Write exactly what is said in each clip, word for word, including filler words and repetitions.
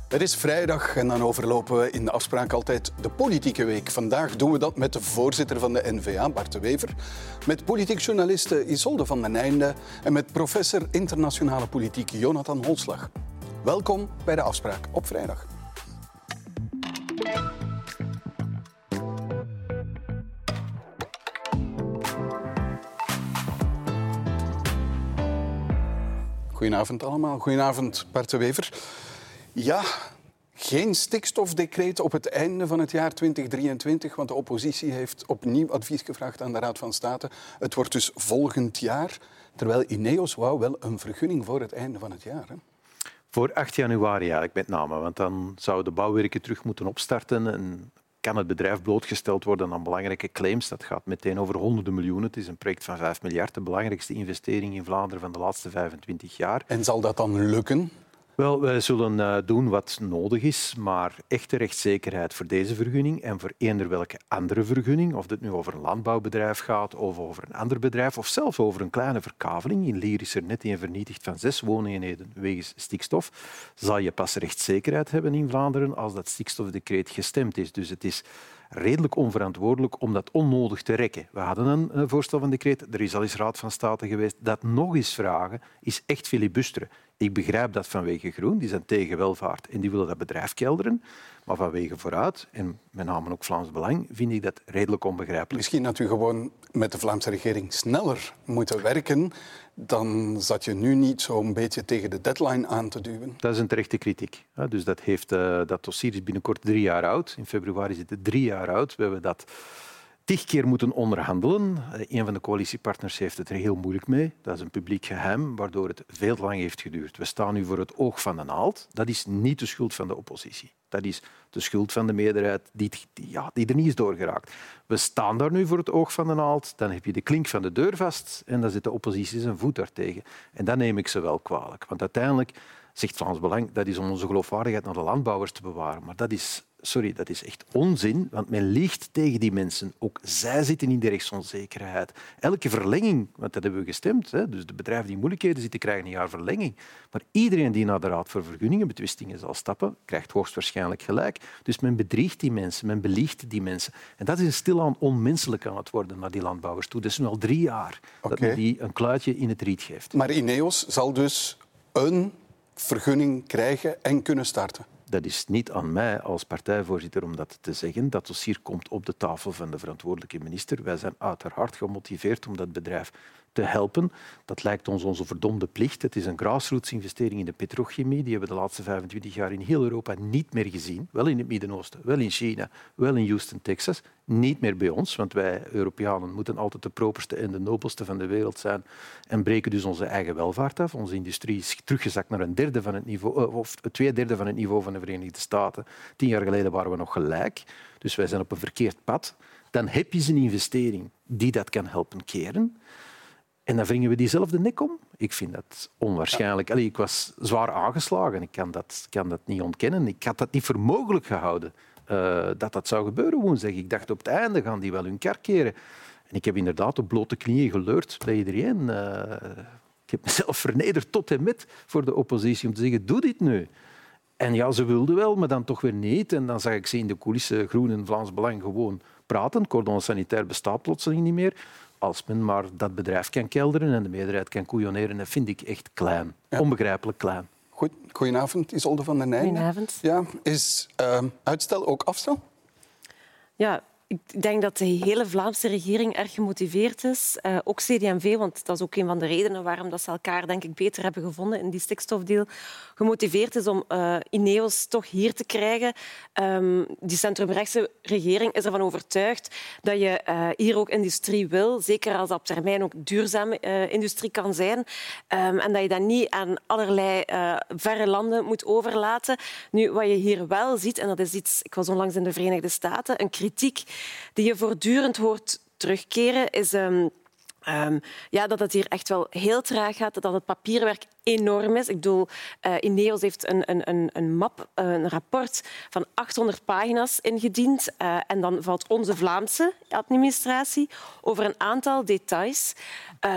Het is vrijdag en dan overlopen we in de afspraak altijd de politieke week. Vandaag doen we dat met de voorzitter van de N V A, Bart de Wever, met politiek journaliste Isolde van den Einde en met professor internationale politiek Jonathan Holslag. Welkom bij de afspraak op vrijdag. Goedenavond allemaal. Goedenavond Bart de Wever. Ja, geen stikstofdecreet op het einde van het jaar twintig drieëntwintig, want de oppositie heeft opnieuw advies gevraagd aan de Raad van State. Het wordt dus volgend jaar, terwijl Ineos wou wel een vergunning voor het einde van het jaar. Hè? Voor acht januari eigenlijk met name, want dan zouden de bouwwerken terug moeten opstarten en kan het bedrijf blootgesteld worden aan belangrijke claims. Dat gaat meteen over honderden miljoenen. Het is een project van vijf miljard, de belangrijkste investering in Vlaanderen van de laatste vijfentwintig jaar. En zal dat dan lukken? Wel, wij zullen uh, doen wat nodig is, maar echte rechtszekerheid voor deze vergunning en voor eender welke andere vergunning, of het nu over een landbouwbedrijf gaat of over een ander bedrijf, of zelfs over een kleine verkaveling. In Lier is er net een vernietigd van zes wooneenheden wegens stikstof. Zal je pas rechtszekerheid hebben in Vlaanderen als dat stikstofdecreet gestemd is. Dus het is redelijk onverantwoordelijk om dat onnodig te rekken. We hadden een voorstel van decreet, er is al eens Raad van State geweest. Dat nog eens vragen is echt filibusteren. Ik begrijp dat vanwege Groen, die zijn tegen welvaart en die willen dat bedrijf kelderen. Maar vanwege Vooruit, en met name ook Vlaams Belang, vind ik dat redelijk onbegrijpelijk. Misschien had u gewoon met de Vlaamse regering sneller moeten werken. Dan zat je nu niet zo'n beetje tegen de deadline aan te duwen. Dat is een terechte kritiek. Dus dat, heeft, uh, dat dossier is binnenkort drie jaar oud. In februari zit het drie jaar oud. We hebben dat tig keer moeten onderhandelen. Een van de coalitiepartners heeft het er heel moeilijk mee. Dat is een publiek geheim, waardoor het veel te lang heeft geduurd. We staan nu voor het oog van de naald. Dat is niet de schuld van de oppositie. Dat is de schuld van de meerderheid die, die, ja, die er niet is doorgeraakt. We staan daar nu voor het oog van de naald. Dan heb je de klink van de deur vast en dan zit de oppositie zijn voet daartegen. En dat neem ik ze wel kwalijk. Want uiteindelijk zegt Vlaams Belang dat is om onze geloofwaardigheid naar de landbouwers te bewaren. Maar dat is, sorry, dat is echt onzin, want men liegt tegen die mensen. Ook zij zitten in de rechtsonzekerheid. Elke verlenging, want dat hebben we gestemd, hè, dus de bedrijven die in moeilijkheden zitten krijgen een jaar verlenging. Maar iedereen die naar de Raad voor Vergunningen betwistingen zal stappen, krijgt hoogstwaarschijnlijk gelijk. Dus men bedriegt die mensen, men beliegt die mensen. En dat is stilaan onmenselijk aan het worden naar die landbouwers toe. Dat is nu al drie jaar okay. dat men die een kluitje in het riet geeft. Maar Ineos zal dus een vergunning krijgen en kunnen starten? Dat is niet aan mij als partijvoorzitter om dat te zeggen. Dat dossier komt op de tafel van de verantwoordelijke minister. Wij zijn uiteraard gemotiveerd om dat bedrijf te helpen. Dat lijkt ons onze verdomde plicht. Het is een grassroots-investering in de petrochemie. Die hebben we de laatste vijfentwintig jaar in heel Europa niet meer gezien. Wel in het Midden-Oosten, wel in China, wel in Houston, Texas. Niet meer bij ons, want wij Europeanen moeten altijd de properste en de nobelste van de wereld zijn en breken dus onze eigen welvaart af. Onze industrie is teruggezakt naar een derde van het niveau, of twee derde van het niveau van de Verenigde Staten. Tien jaar geleden waren we nog gelijk. Dus wij zijn op een verkeerd pad. Dan heb je een investering die dat kan helpen keren. En dan wringen we diezelfde nek om. Ik vind dat onwaarschijnlijk. Allee, ik was zwaar aangeslagen. Ik kan dat, kan dat niet ontkennen. Ik had dat niet voor mogelijk gehouden uh, dat dat zou gebeuren woensdag. Ik dacht op het einde gaan die wel hun kar keren. En ik heb inderdaad op blote knieën geleurd bij iedereen. Uh, ik heb mezelf vernederd tot en met voor de oppositie om te zeggen, doe dit nu. En ja, ze wilden wel, maar dan toch weer niet. En dan zag ik ze in de coulissen Groen en Vlaams Belang gewoon praten. Cordon sanitair bestaat plotseling niet meer. Als men maar dat bedrijf kan kelderen en de meerderheid kan couilloneren, dat vind ik echt klein. Ja. Onbegrijpelijk klein. Goed. Goedenavond, Isolde van den Einde. Goedenavond. Ja, is uh, uitstel ook afstel? Ja, ik denk dat de hele Vlaamse regering erg gemotiveerd is. Uh, ook C D en V, want dat is ook een van de redenen waarom dat ze elkaar denk ik beter hebben gevonden in die stikstofdeal. Gemotiveerd is om uh, Ineos toch hier te krijgen. Um, die centrumrechtse regering is ervan overtuigd dat je uh, hier ook industrie wil. Zeker als dat op termijn ook duurzame uh, industrie kan zijn. Um, en dat je dat niet aan allerlei uh, verre landen moet overlaten. Nu, wat je hier wel ziet, en dat is iets... Ik was onlangs in de Verenigde Staten, een kritiek die je voortdurend hoort terugkeren, is um, um, ja, dat het hier echt wel heel traag gaat, dat het papierwerk enorm is. Ik bedoel, uh, Ineos heeft een, een, een, een map, een rapport van achthonderd pagina's ingediend. Uh, en dan valt onze Vlaamse administratie over een aantal details. Um,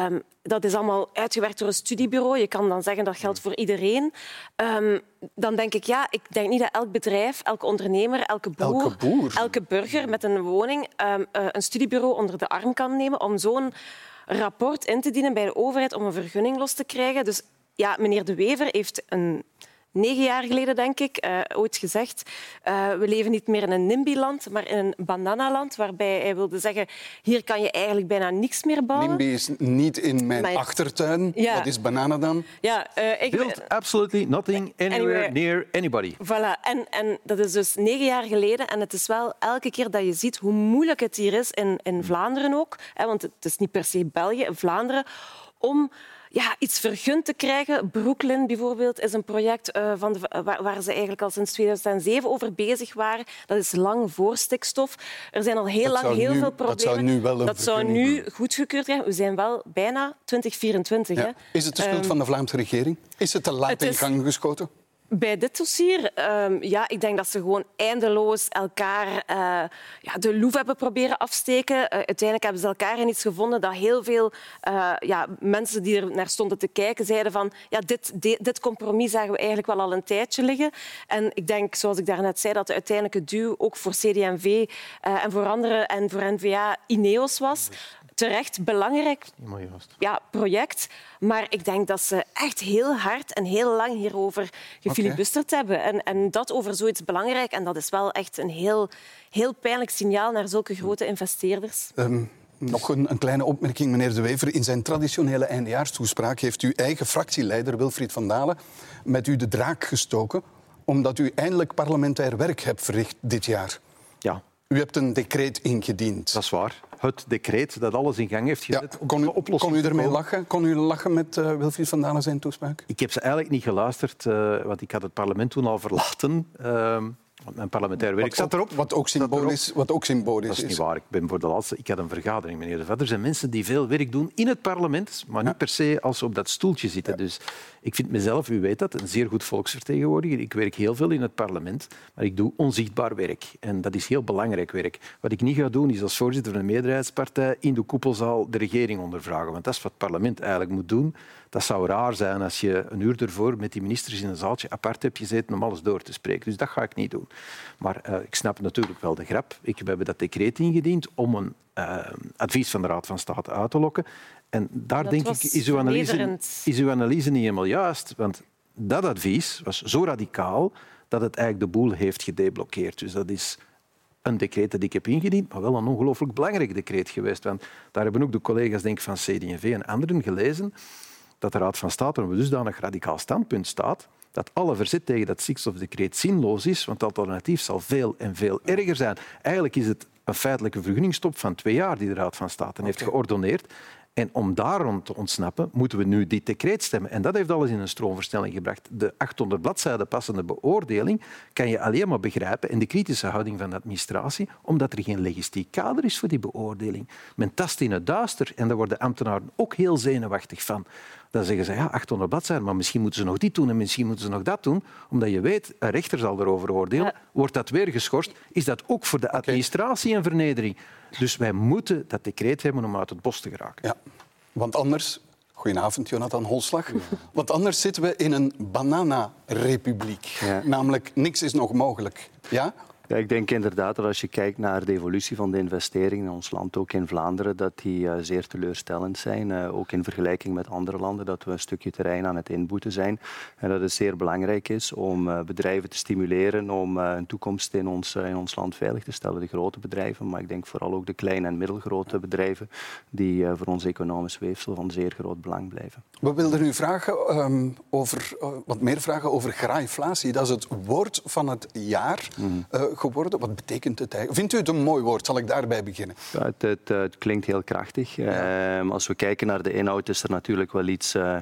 dat is allemaal uitgewerkt door een studiebureau. Je kan dan zeggen dat geldt voor iedereen. Um, dan denk ik, ja, ik denk niet dat elk bedrijf, elke ondernemer, elke boer, elke, boer. elke burger met een woning um, uh, een studiebureau onder de arm kan nemen om zo'n rapport in te dienen bij de overheid om een vergunning los te krijgen. Dus ja, meneer De Wever heeft een... Negen jaar geleden, denk ik, uh, ooit gezegd uh, we leven niet meer in een NIMBY-land, maar in een bananaland, waarbij hij wilde zeggen hier kan je eigenlijk bijna niks meer bouwen. NIMBY is niet in mijn maar... achtertuin. Ja. Wat is bananen dan? Ja, uh, ik... Build absolutely nothing anywhere, anywhere near anybody. Voilà. En, en dat is dus negen jaar geleden. En het is wel elke keer dat je ziet hoe moeilijk het hier is, in, in Vlaanderen ook, hè, want het is niet per se België, Vlaanderen, om... Ja, iets vergund te krijgen. Brooklyn bijvoorbeeld is een project uh, van de, waar, waar ze eigenlijk al sinds tweeduizend zeven over bezig waren. Dat is lang voor stikstof. Er zijn al heel dat lang heel nu, veel problemen. Dat zou nu wel een Dat zou nu goedgekeurd krijgen. We zijn wel bijna twintig vierentwintig. Ja. Hè. Is het de schuld um, van de Vlaamse regering? Is het te laat het in is... gang geschoten? Bij dit dossier, um, ja, ik denk dat ze gewoon eindeloos elkaar uh, ja, de loef hebben proberen afsteken. Uh, uiteindelijk hebben ze elkaar in iets gevonden dat heel veel uh, ja, mensen die er naar stonden te kijken zeiden van ja, dit, dit, dit compromis zagen we eigenlijk wel al een tijdje liggen. En ik denk, zoals ik daarnet zei, dat de uiteindelijke duw ook voor C D en V uh, en voor anderen en voor N V A Ineos was. Terecht, belangrijk ja, project. Maar ik denk dat ze echt heel hard en heel lang hierover gefilibusterd okay. hebben. En, en dat over zoiets belangrijk. En dat is wel echt een heel, heel pijnlijk signaal naar zulke grote investeerders. Um, nog een, een kleine opmerking, meneer De Wever. In zijn traditionele eindejaarstoespraak heeft uw eigen fractieleider Wilfried van Dalen met u de draak gestoken, omdat u eindelijk parlementair werk hebt verricht dit jaar. Ja. U hebt een decreet ingediend. Dat is waar. Het decreet dat alles in gang heeft gezet. Ja, kon, u, kon u ermee lachen? Kon u lachen met uh, Wilfried van Dalen zijn toespraak? Ik heb ze eigenlijk niet geluisterd, uh, want ik had het parlement toen al verlaten. Uh, want mijn parlementair werk zat erop. Wat ook symbolisch, wat ook symbolisch is. Dat is niet waar. Ik ben voor de laatste. Ik had een vergadering, meneer De Vet. Er zijn mensen die veel werk doen in het parlement, maar niet ja. per se als ze op dat stoeltje zitten. Ja. Dus ik vind mezelf, u weet dat, een zeer goed volksvertegenwoordiger. Ik werk heel veel in het parlement, maar ik doe onzichtbaar werk. En dat is heel belangrijk werk. Wat ik niet ga doen, is als voorzitter van een meerderheidspartij in de koepelzaal de regering ondervragen. Want dat is wat het parlement eigenlijk moet doen. Dat zou raar zijn als je een uur ervoor met die ministers in een zaaltje apart hebt gezeten om alles door te spreken. Dus dat ga ik niet doen. Maar uh, ik snap natuurlijk wel de grap. Ik, we hebben dat decreet ingediend om een uh, advies van de Raad van State uit te lokken. En daar denk ik, is uw, analyse, is uw analyse niet helemaal juist. Want dat advies was zo radicaal dat het eigenlijk de boel heeft gedeblokkeerd. Dus dat is een decreet dat ik heb ingediend, maar wel een ongelooflijk belangrijk decreet geweest. Want daar hebben ook de collega's denk ik, van C D en V en anderen gelezen dat de Raad van State op een dusdanig radicaal standpunt staat dat alle verzet tegen dat stikstofdecreet zinloos is, want het alternatief zal veel en veel erger zijn. Eigenlijk is het een feitelijke vergunningstop van twee jaar die de Raad van State okay. heeft geordoneerd. En om daarom te ontsnappen, moeten we nu dit decreet stemmen. En dat heeft alles in een stroomversnelling gebracht. De achthonderd bladzijden passende beoordeling kan je alleen maar begrijpen en de kritische houding van de administratie, omdat er geen logistiek kader is voor die beoordeling. Men tast in het duister en daar worden ambtenaren ook heel zenuwachtig van. Dan zeggen ze, ja, achthonderd bladzijden, maar misschien moeten ze nog dit doen en misschien moeten ze nog dat doen. Omdat je weet, een rechter zal erover oordelen. Ja. Wordt dat weer geschorst, is dat ook voor de administratie okay. een vernedering. Dus wij moeten dat decreet hebben om uit het bos te geraken. Ja, want anders... Goedenavond, Jonathan Holslag. Ja. Want anders zitten we in een bananarepubliek. Ja. Namelijk, niks is nog mogelijk. Ja? Ja, ik denk inderdaad dat als je kijkt naar de evolutie van de investeringen in ons land, ook in Vlaanderen, dat die uh, zeer teleurstellend zijn. Uh, ook in vergelijking met andere landen, dat we een stukje terrein aan het inboeten zijn. En dat het zeer belangrijk is om uh, bedrijven te stimuleren om uh, een toekomst in ons, uh, in ons land veilig te stellen. De grote bedrijven, maar ik denk vooral ook de kleine en middelgrote bedrijven, die uh, voor ons economisch weefsel van zeer groot belang blijven. We wilden u vragen um, over, uh, wat meer vragen over graaiflatie. Dat is het woord van het jaar mm. uh, geworden. Wat betekent het eigenlijk? Vindt u het een mooi woord? Zal ik daarbij beginnen? Ja, het, het, het klinkt heel krachtig. Ja. Uh, als we kijken naar de inhoud is er natuurlijk wel iets... Uh,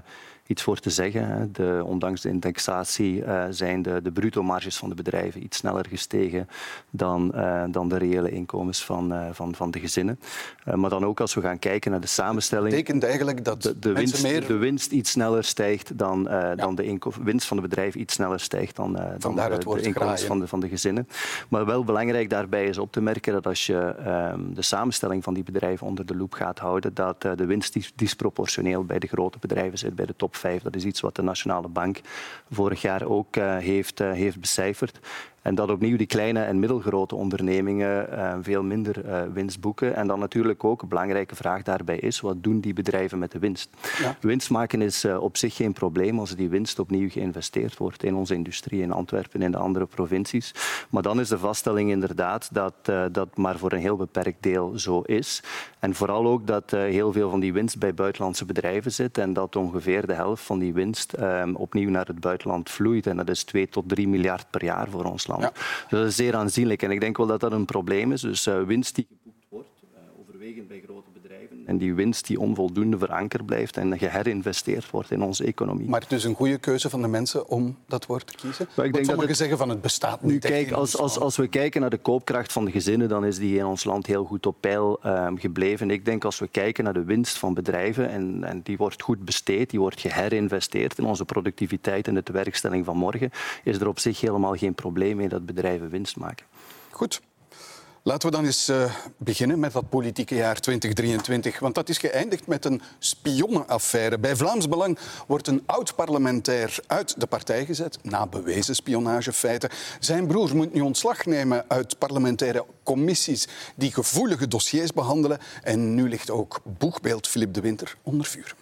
iets voor te zeggen. Hè. De, ondanks de indexatie uh, zijn de, de bruto-marges van de bedrijven iets sneller gestegen dan, uh, dan de reële inkomens van, uh, van, van de gezinnen. Uh, maar dan ook als we gaan kijken naar de samenstelling... Dat betekent eigenlijk dat de, de, winst, meer... de winst iets sneller stijgt dan, uh, ja. dan de inko- winst van de bedrijven iets sneller stijgt dan, uh, dan de, de inkomens van de, van de gezinnen. Maar wel belangrijk daarbij is op te merken dat als je uh, de samenstelling van die bedrijven onder de loep gaat houden, dat uh, de winst dis- disproportioneel bij de grote bedrijven zit, bij de top vijf. Dat is iets wat de Nationale Bank vorig jaar ook uh, heeft, uh, heeft becijferd. En dat opnieuw die kleine en middelgrote ondernemingen uh, veel minder uh, winst boeken. En dan natuurlijk ook een belangrijke vraag daarbij is, wat doen die bedrijven met de winst? Ja. Winst maken is uh, op zich geen probleem als die winst opnieuw geïnvesteerd wordt in onze industrie in Antwerpen en in de andere provincies. Maar dan is de vaststelling inderdaad dat uh, dat maar voor een heel beperkt deel zo is. En vooral ook dat uh, heel veel van die winst bij buitenlandse bedrijven zit en dat ongeveer de helft van die winst uh, opnieuw naar het buitenland vloeit. En dat is twee tot drie miljard per jaar voor ons land. Ja. Dus dat is zeer aanzienlijk en ik denk wel dat dat een probleem is. Dus uh, winst die geboekt wordt, uh, overwegend bij grote bedrijven, en die winst die onvoldoende verankerd blijft en geherinvesteerd wordt in onze economie. Maar het is een goede keuze van de mensen om dat woord te kiezen? Maar ik denk sommigen dat het... zeggen van het bestaat niet. Nu, kijk, als, als, als we kijken naar de koopkracht van de gezinnen, dan is die in ons land heel goed op peil uh, gebleven. Ik denk als we kijken naar de winst van bedrijven, en, en die wordt goed besteed, die wordt geherinvesteerd in onze productiviteit en de tewerkstelling van morgen, is er op zich helemaal geen probleem mee dat bedrijven winst maken. Goed. Laten we dan eens uh, beginnen met dat politieke jaar twintig drieëntwintig. Want dat is geëindigd met een spionnenaffaire. Bij Vlaams Belang wordt een oud-parlementair uit de partij gezet na bewezen spionagefeiten. Zijn broer moet nu ontslag nemen uit parlementaire commissies die gevoelige dossiers behandelen. En nu ligt ook boegbeeld Philippe de Winter onder vuur.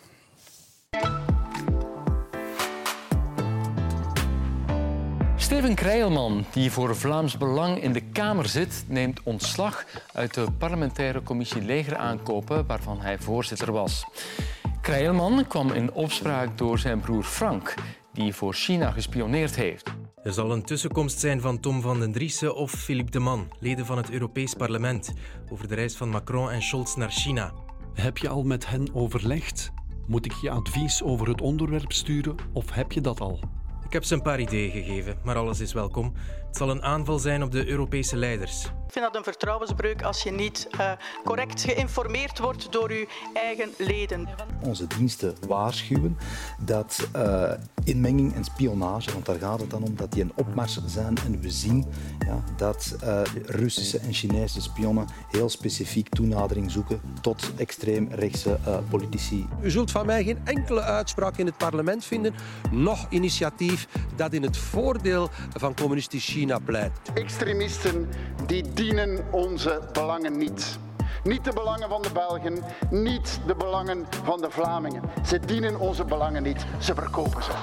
Steven Krijlman, die voor Vlaams Belang in de Kamer zit, neemt ontslag uit de parlementaire commissie Legeraankopen, waarvan hij voorzitter was. Krijlman kwam in opspraak door zijn broer Frank, die voor China gespioneerd heeft. Er zal een tussenkomst zijn van Tom van den Driessen of Philippe de Man, leden van het Europees Parlement, over de reis van Macron en Scholz naar China. Heb je al met hen overlegd? Moet ik je advies over het onderwerp sturen of heb je dat al? Ik heb ze een paar ideeën gegeven, maar alles is welkom. Het zal een aanval zijn op de Europese leiders. Ik vind dat een vertrouwensbreuk als je niet uh, correct geïnformeerd wordt door uw eigen leden. Onze diensten waarschuwen dat uh, inmenging en spionage, want daar gaat het dan om, dat die een opmars zijn. En we zien ja, dat uh, Russische en Chinese spionnen heel specifiek toenadering zoeken tot extreemrechtse uh, politici. U zult van mij geen enkele uitspraak in het parlement vinden, noch initiatief dat in het voordeel van communistisch China pleit. Extremisten die dienen onze belangen niet. Niet de belangen van de Belgen, niet de belangen van de Vlamingen. Ze dienen onze belangen niet, ze verkopen ze.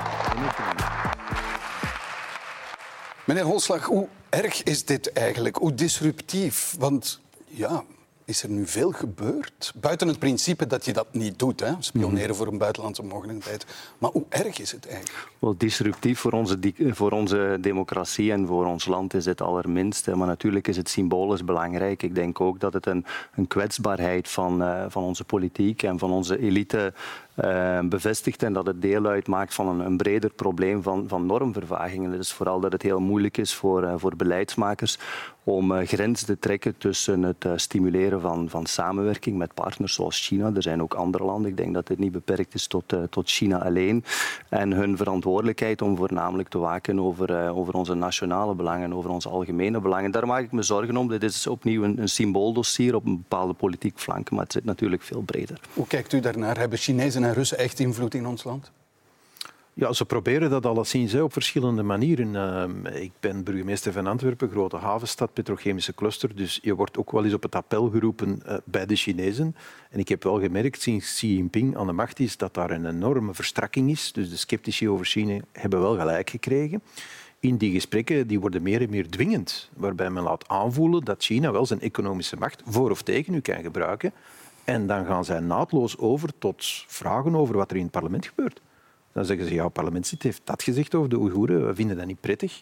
Meneer Holslag, hoe erg is dit eigenlijk? Hoe disruptief? Want ja, is er nu veel gebeurd? Buiten het principe dat je dat niet doet, hè? Spioneren voor een buitenlandse mogelijkheid. Maar hoe erg is het eigenlijk? Wel, disruptief voor onze, voor onze democratie en voor ons land is het allerminst. Maar natuurlijk is het symbolisch belangrijk. Ik denk ook dat het een, een kwetsbaarheid van, uh, van onze politiek en van onze elite Uh, bevestigt en dat het deel uitmaakt van een, een breder probleem van, van normvervagingen. Het is vooral dat het heel moeilijk is voor, uh, voor beleidsmakers om uh, grenzen te trekken tussen het uh, stimuleren van, van samenwerking met partners zoals China. Er zijn ook andere landen. Ik denk dat dit niet beperkt is tot, uh, tot China alleen. En hun verantwoordelijkheid om voornamelijk te waken over, uh, over onze nationale belangen, over onze algemene belangen. Daar maak ik me zorgen om. Dit is opnieuw een, een symbooldossier op een bepaalde politiek flank, maar het zit natuurlijk veel breder. Hoe kijkt u daarnaar? Hebben Chinezen en Russen echt invloed in ons land? Ja, ze proberen dat alleszins hè, op verschillende manieren. Uh, ik ben burgemeester van Antwerpen, grote havenstad, petrochemische cluster. Dus je wordt ook wel eens op het appel geroepen uh, bij de Chinezen. En ik heb wel gemerkt, sinds Xi Jinping aan de macht is, dat daar een enorme verstrakking is. Dus de sceptici over China hebben wel gelijk gekregen. In die gesprekken die worden meer en meer dwingend. Waarbij men laat aanvoelen dat China wel zijn economische macht voor of tegen u kan gebruiken. En dan gaan zij naadloos over tot vragen over wat er in het parlement gebeurt. Dan zeggen ze, ja, het parlementslid heeft dat gezegd over de Oeigoeren, we vinden dat niet prettig.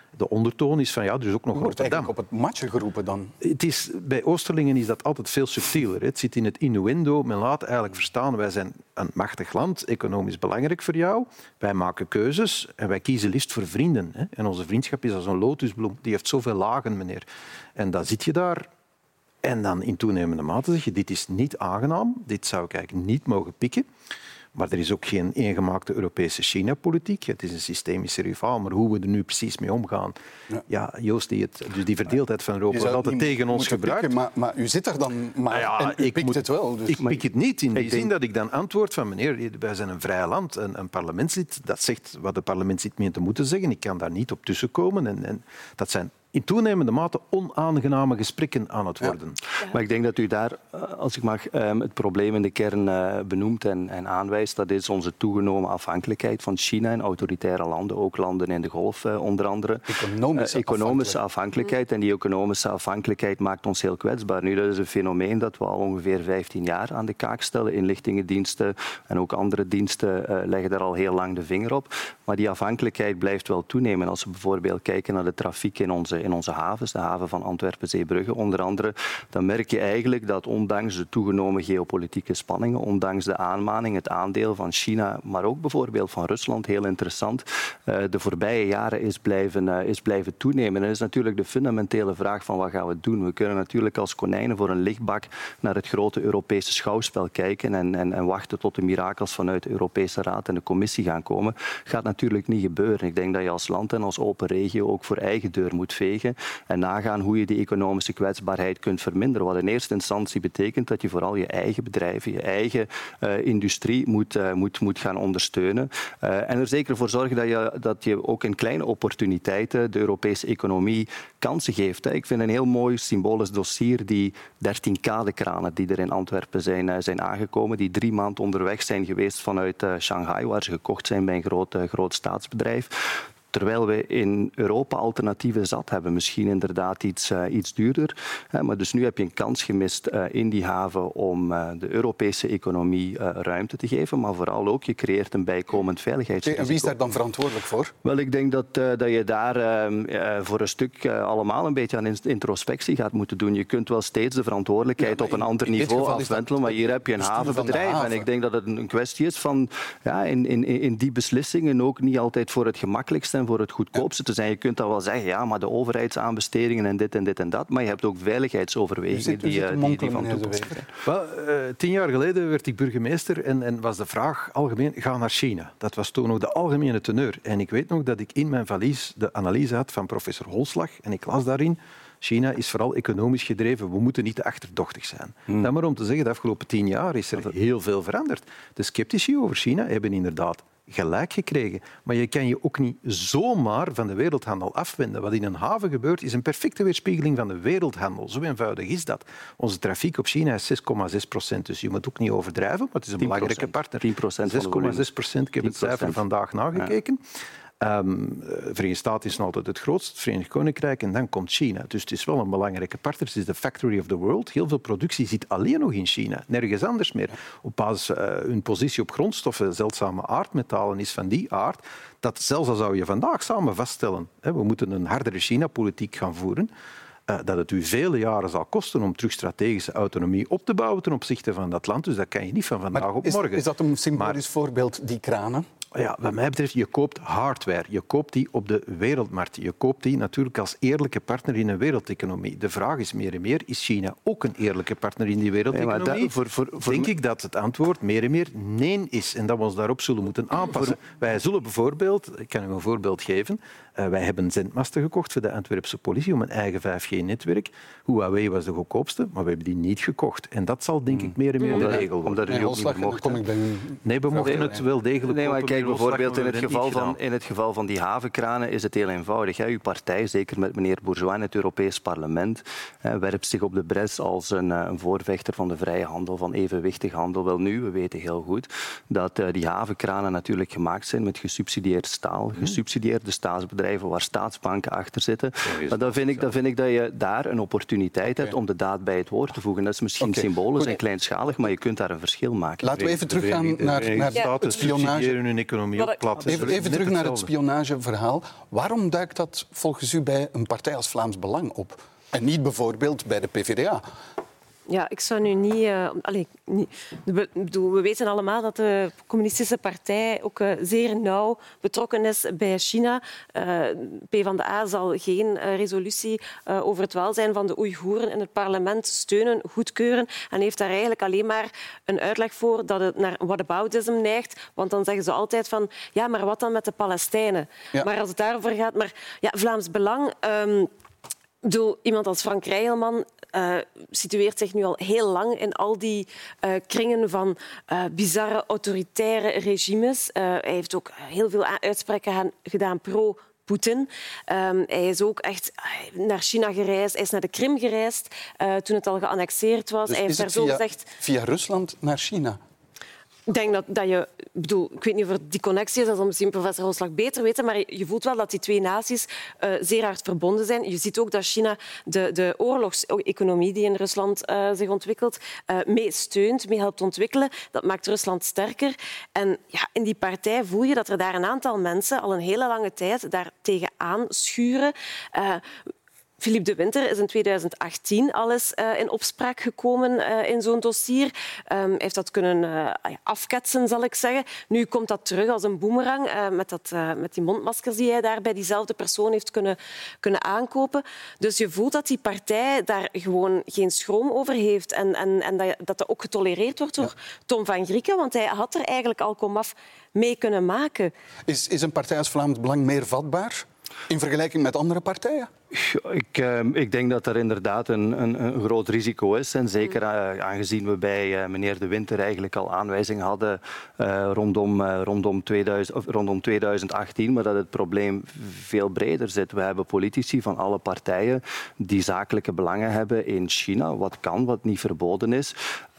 De ondertoon is van ja, er is ook nog Je wordt Rotterdam. eigenlijk op het matje geroepen dan. Het is, bij Oosterlingen is dat altijd veel subtieler. Het zit in het innuendo. Men laat eigenlijk verstaan, wij zijn een machtig land, economisch belangrijk voor jou. Wij maken keuzes en wij kiezen liefst voor vrienden. En onze vriendschap is als een lotusbloem. Die heeft zoveel lagen, meneer. En dan zit je daar en dan in toenemende mate zeg je, dit is niet aangenaam, dit zou ik eigenlijk niet mogen pikken. Maar er is ook geen eengemaakte Europese China-politiek. Het is een systemische rivaal, maar hoe we er nu precies mee omgaan... Ja, ja Joost, die, het, dus die verdeeldheid van Europa wordt altijd tegen ons gebruikt. Pikken, maar, maar u zit er dan maar ja, en u ik pikt moet, het wel. Dus. Ik pik het niet, in die ik zin denk... dat ik dan antwoord van meneer, wij zijn een vrij land, een, een parlementslid, dat zegt wat de parlementslid meent te moeten zeggen. Ik kan daar niet op tussenkomen. En, en dat zijn in toenemende mate onaangename gesprekken aan het worden. Ja. Maar ik denk dat u daar, als ik mag, het probleem in de kern benoemt en, en aanwijst. Dat is onze toegenomen afhankelijkheid van China en autoritaire landen, ook landen in de Golf onder andere. Economische, uh, economische afhankelijkheid. En die economische afhankelijkheid maakt ons heel kwetsbaar. Nu, dat is een fenomeen dat we al ongeveer vijftien jaar aan de kaak stellen. Inlichtingendiensten en ook andere diensten uh, leggen daar al heel lang de vinger op. Maar die afhankelijkheid blijft wel toenemen. Als we bijvoorbeeld kijken naar de trafiek in onze in onze havens, de haven van Antwerpen-Zeebrugge onder andere, dan merk je eigenlijk dat ondanks de toegenomen geopolitieke spanningen, ondanks de aanmaning, het aandeel van China, maar ook bijvoorbeeld van Rusland, heel interessant, de voorbije jaren is blijven, is blijven toenemen. En dat is natuurlijk de fundamentele vraag van wat gaan we doen. We kunnen natuurlijk als konijnen voor een lichtbak naar het grote Europese schouwspel kijken en, en, en wachten tot de mirakels vanuit de Europese Raad en de Commissie gaan komen. Gaat natuurlijk niet gebeuren. Ik denk dat je als land en als open regio ook voor eigen deur moet vegen en nagaan hoe je die economische kwetsbaarheid kunt verminderen. Wat in eerste instantie betekent dat je vooral je eigen bedrijven, je eigen uh, industrie moet, uh, moet, moet gaan ondersteunen. Uh, en er zeker voor zorgen dat je, dat je ook in kleine opportuniteiten de Europese economie kansen geeft. Hè. Ik vind een heel mooi symbolisch dossier die dertien kadekranen die er in Antwerpen zijn, uh, zijn aangekomen, die drie maanden onderweg zijn geweest vanuit uh, Shanghai, waar ze gekocht zijn bij een groot, uh, groot staatsbedrijf. Terwijl we in Europa alternatieven zat hebben. Misschien inderdaad iets, uh, iets duurder. Hè, maar dus nu heb je een kans gemist uh, in die haven om uh, de Europese economie uh, ruimte te geven. Maar vooral ook, je creëert een bijkomend veiligheidsrisico. En wie is daar dan verantwoordelijk voor? Wel, ik denk dat, uh, dat je daar uh, uh, voor een stuk uh, allemaal een beetje aan introspectie gaat moeten doen. Je kunt wel steeds de verantwoordelijkheid ja, op een ander niveau afwentelen. Maar hier heb je een havenbedrijf. Haven. En ik denk dat het een kwestie is van ja, in, in, in die beslissingen ook niet altijd voor het gemakkelijkste voor het goedkoopste te zijn. Je kunt dan wel zeggen, ja, maar de overheidsaanbestedingen en dit en dit en dat, maar je hebt ook veiligheidsoverwegingen die, die, die, die van toekomst zijn. Wel, uh, tien jaar geleden werd ik burgemeester en, en was de vraag algemeen, ga naar China. Dat was toen nog de algemene teneur. En ik weet nog dat ik in mijn valies de analyse had van professor Holslag en ik las daarin, China is vooral economisch gedreven. We moeten niet te achterdochtig zijn. Hmm. Dan maar om te zeggen, de afgelopen tien jaar is er heel veel veranderd. De sceptici over China hebben inderdaad gelijk gekregen. Maar je kan je ook niet zomaar van de wereldhandel afwenden. Wat in een haven gebeurt, is een perfecte weerspiegeling van de wereldhandel. Zo eenvoudig is dat. Onze trafiek op China is zes komma zes procent. Dus je moet ook niet overdrijven, maar het is een belangrijke partner. tien procent zes komma zes procent. Ik heb het cijfer vandaag nagekeken. Ja. Um, de Verenigde Staten is nog altijd het grootste, het Verenigd Koninkrijk en dan komt China. Dus het is wel een belangrijke partner. Het is de factory of the world. Heel veel productie zit alleen nog in China, nergens anders meer. Op basis uh, hun positie op grondstoffen, zeldzame aardmetalen, is van die aard dat zelfs al zou je vandaag samen vaststellen, hè, we moeten een hardere China-politiek gaan voeren, Uh, dat het u vele jaren zal kosten om terug strategische autonomie op te bouwen ten opzichte van dat land. Dus dat kan je niet van vandaag maar op is, morgen. Is dat een symbolisch maar, voorbeeld, die kranen? Ja, wat mij betreft, je koopt hardware. Je koopt die op de wereldmarkt. Je koopt die natuurlijk als eerlijke partner in een wereldeconomie. De vraag is meer en meer, is China ook een eerlijke partner in die wereldeconomie? Nee, dat, voor, voor, voor denk me... ik dat het antwoord meer en meer nee is en dat we ons daarop zullen moeten aanpassen. Voor... Wij zullen bijvoorbeeld, ik kan u een voorbeeld geven, uh, wij hebben zendmasten gekocht voor de Antwerpse politie om een eigen vijf G netwerk. Huawei was de goedkoopste, maar we hebben die niet gekocht. En dat zal denk ik meer en meer omdat, de regel worden. Omdat u ook niet mocht. Nee, we mochten het wel degelijk nee, maar kijk, bijvoorbeeld in het, geval van, in het geval van die havenkranen is het heel eenvoudig. Hè. Uw partij, zeker met meneer Bourgeois in het Europees Parlement, hè, werpt zich op de bres als een, een voorvechter van de vrije handel, van evenwichtig handel. Wel nu, we weten heel goed dat uh, die havenkranen natuurlijk gemaakt zijn met gesubsidieerd staal, gesubsidieerde staatsbedrijven waar staatsbanken achter zitten. Maar dan vind ik, dan vind ik dat je daar een opportuniteit hebt om de daad bij het woord te voegen. Dat is misschien okay. symbolisch en kleinschalig, maar je kunt daar een verschil maken. Laten we even teruggaan naar, naar ja. het spionage. Hun economie ook plat. Even, even terug naar het spionageverhaal. Waarom duikt dat volgens u bij een partij als Vlaams Belang op? En niet bijvoorbeeld bij de P V D A? Ja, ik zou nu niet... Uh, allez, niet we, bedoel, we weten allemaal dat de communistische partij ook uh, zeer nauw betrokken is bij China. Uh, PvdA zal geen uh, resolutie uh, over het welzijn van de Oeigoeren in het parlement steunen, goedkeuren. En heeft daar eigenlijk alleen maar een uitleg voor dat het naar whataboutism neigt. Want dan zeggen ze altijd van... Ja, maar wat dan met de Palestijnen? Ja. Maar als het daarover gaat... Maar ja, Vlaams Belang... Um, bedoel, iemand als Frank Rijhelman uh, situeert zich nu al heel lang in al die uh, kringen van uh, bizarre autoritaire regimes. Uh, hij heeft ook heel veel uitspraken gedaan pro Poetin. Um, hij is ook echt naar China gereisd. Hij is naar de Krim gereisd uh, toen het al geannexeerd was. Dus hij heeft is het daar zo via, gezegd... via Rusland naar China? Ik denk dat, dat je... Bedoel, ik weet niet of er die connectie is, dat zal misschien professor Holslag beter weten, maar je voelt wel dat die twee naties uh, zeer hard verbonden zijn. Je ziet ook dat China de, de oorlogseconomie die in Rusland uh, zich ontwikkelt, uh, mee steunt, mee helpt ontwikkelen. Dat maakt Rusland sterker. En ja, in die partij voel je dat er daar een aantal mensen al een hele lange tijd daar tegenaan schuren. Uh, Philippe de Winter is in tweeduizend achttien al eens uh, in opspraak gekomen uh, in zo'n dossier. Um, hij heeft dat kunnen uh, afketsen, zal ik zeggen. Nu komt dat terug als een boemerang uh, met, dat, uh, met die mondmaskers die hij daar bij diezelfde persoon heeft kunnen, kunnen aankopen. Dus je voelt dat die partij daar gewoon geen schroom over heeft en, en, en dat, dat dat ook getolereerd wordt door ja. Tom van Grieken, want hij had er eigenlijk al komaf mee kunnen maken. Is, is een partij als Vlaams Belang meer vatbaar in vergelijking met andere partijen? Ik, uh, ik denk dat er inderdaad een, een, een groot risico is. En zeker uh, aangezien we bij uh, meneer De Winter eigenlijk al aanwijzingen hadden uh, rondom, uh, rondom, tweeduizend, of rondom tweeduizend achttien, maar dat het probleem veel breder zit. We hebben politici van alle partijen die zakelijke belangen hebben in China, wat kan, wat niet verboden is.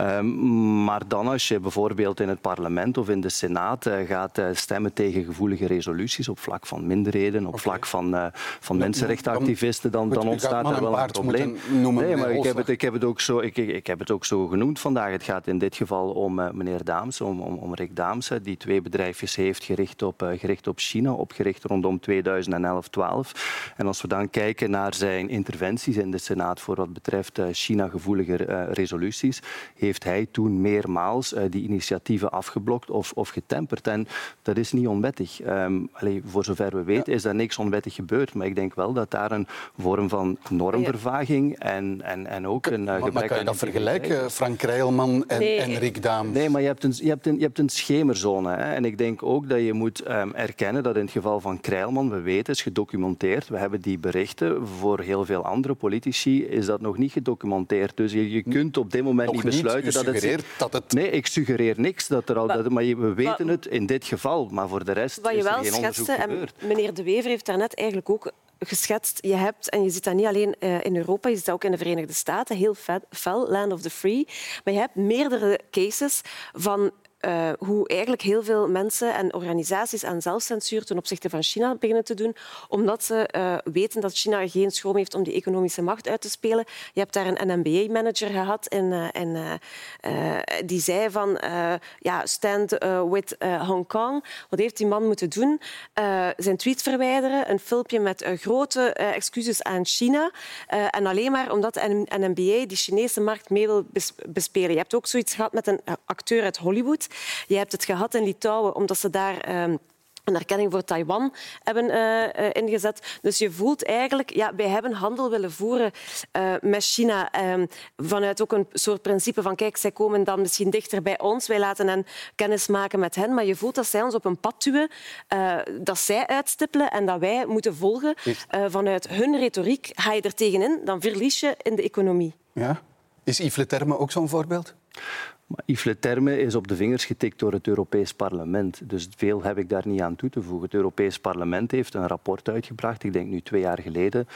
Um, maar dan als je bijvoorbeeld in het parlement of in de Senaat uh, gaat uh, stemmen tegen gevoelige resoluties op vlak van minderheden, op okay. vlak van, uh, van mensenrechtenactivisten, Dan, dan ontstaat er wel een probleem. Noemen, nee, maar ik heb, het, ik, heb het ook zo, ik, ik heb het ook zo genoemd vandaag. Het gaat in dit geval om uh, meneer Daams, om, om, om Rick Daams, die twee bedrijfjes heeft gericht op, uh, gericht op China, opgericht rondom tweeduizend elf twaalf. En als we dan kijken naar zijn interventies in de Senaat voor wat betreft uh, China-gevoelige uh, resoluties, heeft hij toen meermaals uh, die initiatieven afgeblokt of, of getemperd. En dat is niet onwettig. Um, allee, voor zover we weten is daar niks onwettig gebeurd, maar ik denk wel dat daar een vorm van normvervaging en, en, en ook een uh, gebrek aan... Maar kan je dat vergelijken, Frank Rijhelman en, nee. en Rick Daams? Nee, maar je hebt een, je hebt een, je hebt een schemerzone. Hè? En ik denk ook dat je moet um, erkennen dat in het geval van Krijlman, we weten, is gedocumenteerd. We hebben die berichten. Voor heel veel andere politici is dat nog niet gedocumenteerd. Dus je, je kunt op dit moment nog niet besluiten niet. dat het... dat het... Nee, ik suggereer niks. Dat er al, maar, dat, maar we weten maar, het in dit geval. Maar voor de rest wat je is er wel geen schetste, onderzoek gebeurd. En meneer De Wever heeft daarnet eigenlijk ook geschetst. Je hebt, en je ziet dat niet alleen in Europa, je ziet dat ook in de Verenigde Staten, heel fel, land of the free. Maar je hebt meerdere cases van Uh, hoe eigenlijk heel veel mensen en organisaties aan zelfcensuur ten opzichte van China beginnen te doen, omdat ze uh, weten dat China geen schroom heeft om die economische macht uit te spelen. Je hebt daar een N M B A-manager gehad en, uh, en, uh, uh, die zei van uh, ja, stand uh, with uh, Hong Kong. Wat heeft die man moeten doen? Uh, zijn tweet verwijderen, een filmpje met uh, grote uh, excuses aan China uh, en alleen maar omdat de N M B A die Chinese markt mee wil bespelen. Je hebt ook zoiets gehad met een acteur uit Hollywood. Je hebt het gehad in Litouwen, omdat ze daar um, een erkenning voor Taiwan hebben uh, uh, ingezet. Dus je voelt eigenlijk, ja, wij hebben handel willen voeren uh, met China um, vanuit ook een soort principe van, kijk, zij komen dan misschien dichter bij ons, wij laten hen kennis maken met hen, maar je voelt dat zij ons op een pad duwen, uh, dat zij uitstippelen en dat wij moeten volgen. Uh, vanuit hun retoriek ga je er tegenin, dan verlies je in de economie. Ja. Is Yves Leterme ook zo'n voorbeeld? Maar Yves Leterme is op de vingers getikt door het Europees Parlement. Dus veel heb ik daar niet aan toe te voegen. Het Europees Parlement heeft een rapport uitgebracht, ik denk nu twee jaar geleden,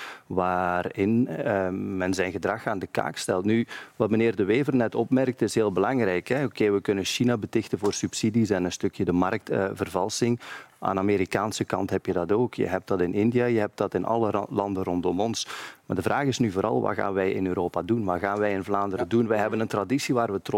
waarin uh, men zijn gedrag aan de kaak stelt. Nu, wat meneer De Wever net opmerkt, is heel belangrijk. Oké, okay, we kunnen China betichten voor subsidies en een stukje de marktvervalsing. Uh, Aan de Amerikaanse kant heb je dat ook. Je hebt dat in India, je hebt dat in alle landen rondom ons. Maar de vraag is nu vooral, wat gaan wij in Europa doen? Wat gaan wij in Vlaanderen doen? Wij hebben een traditie waar we trots op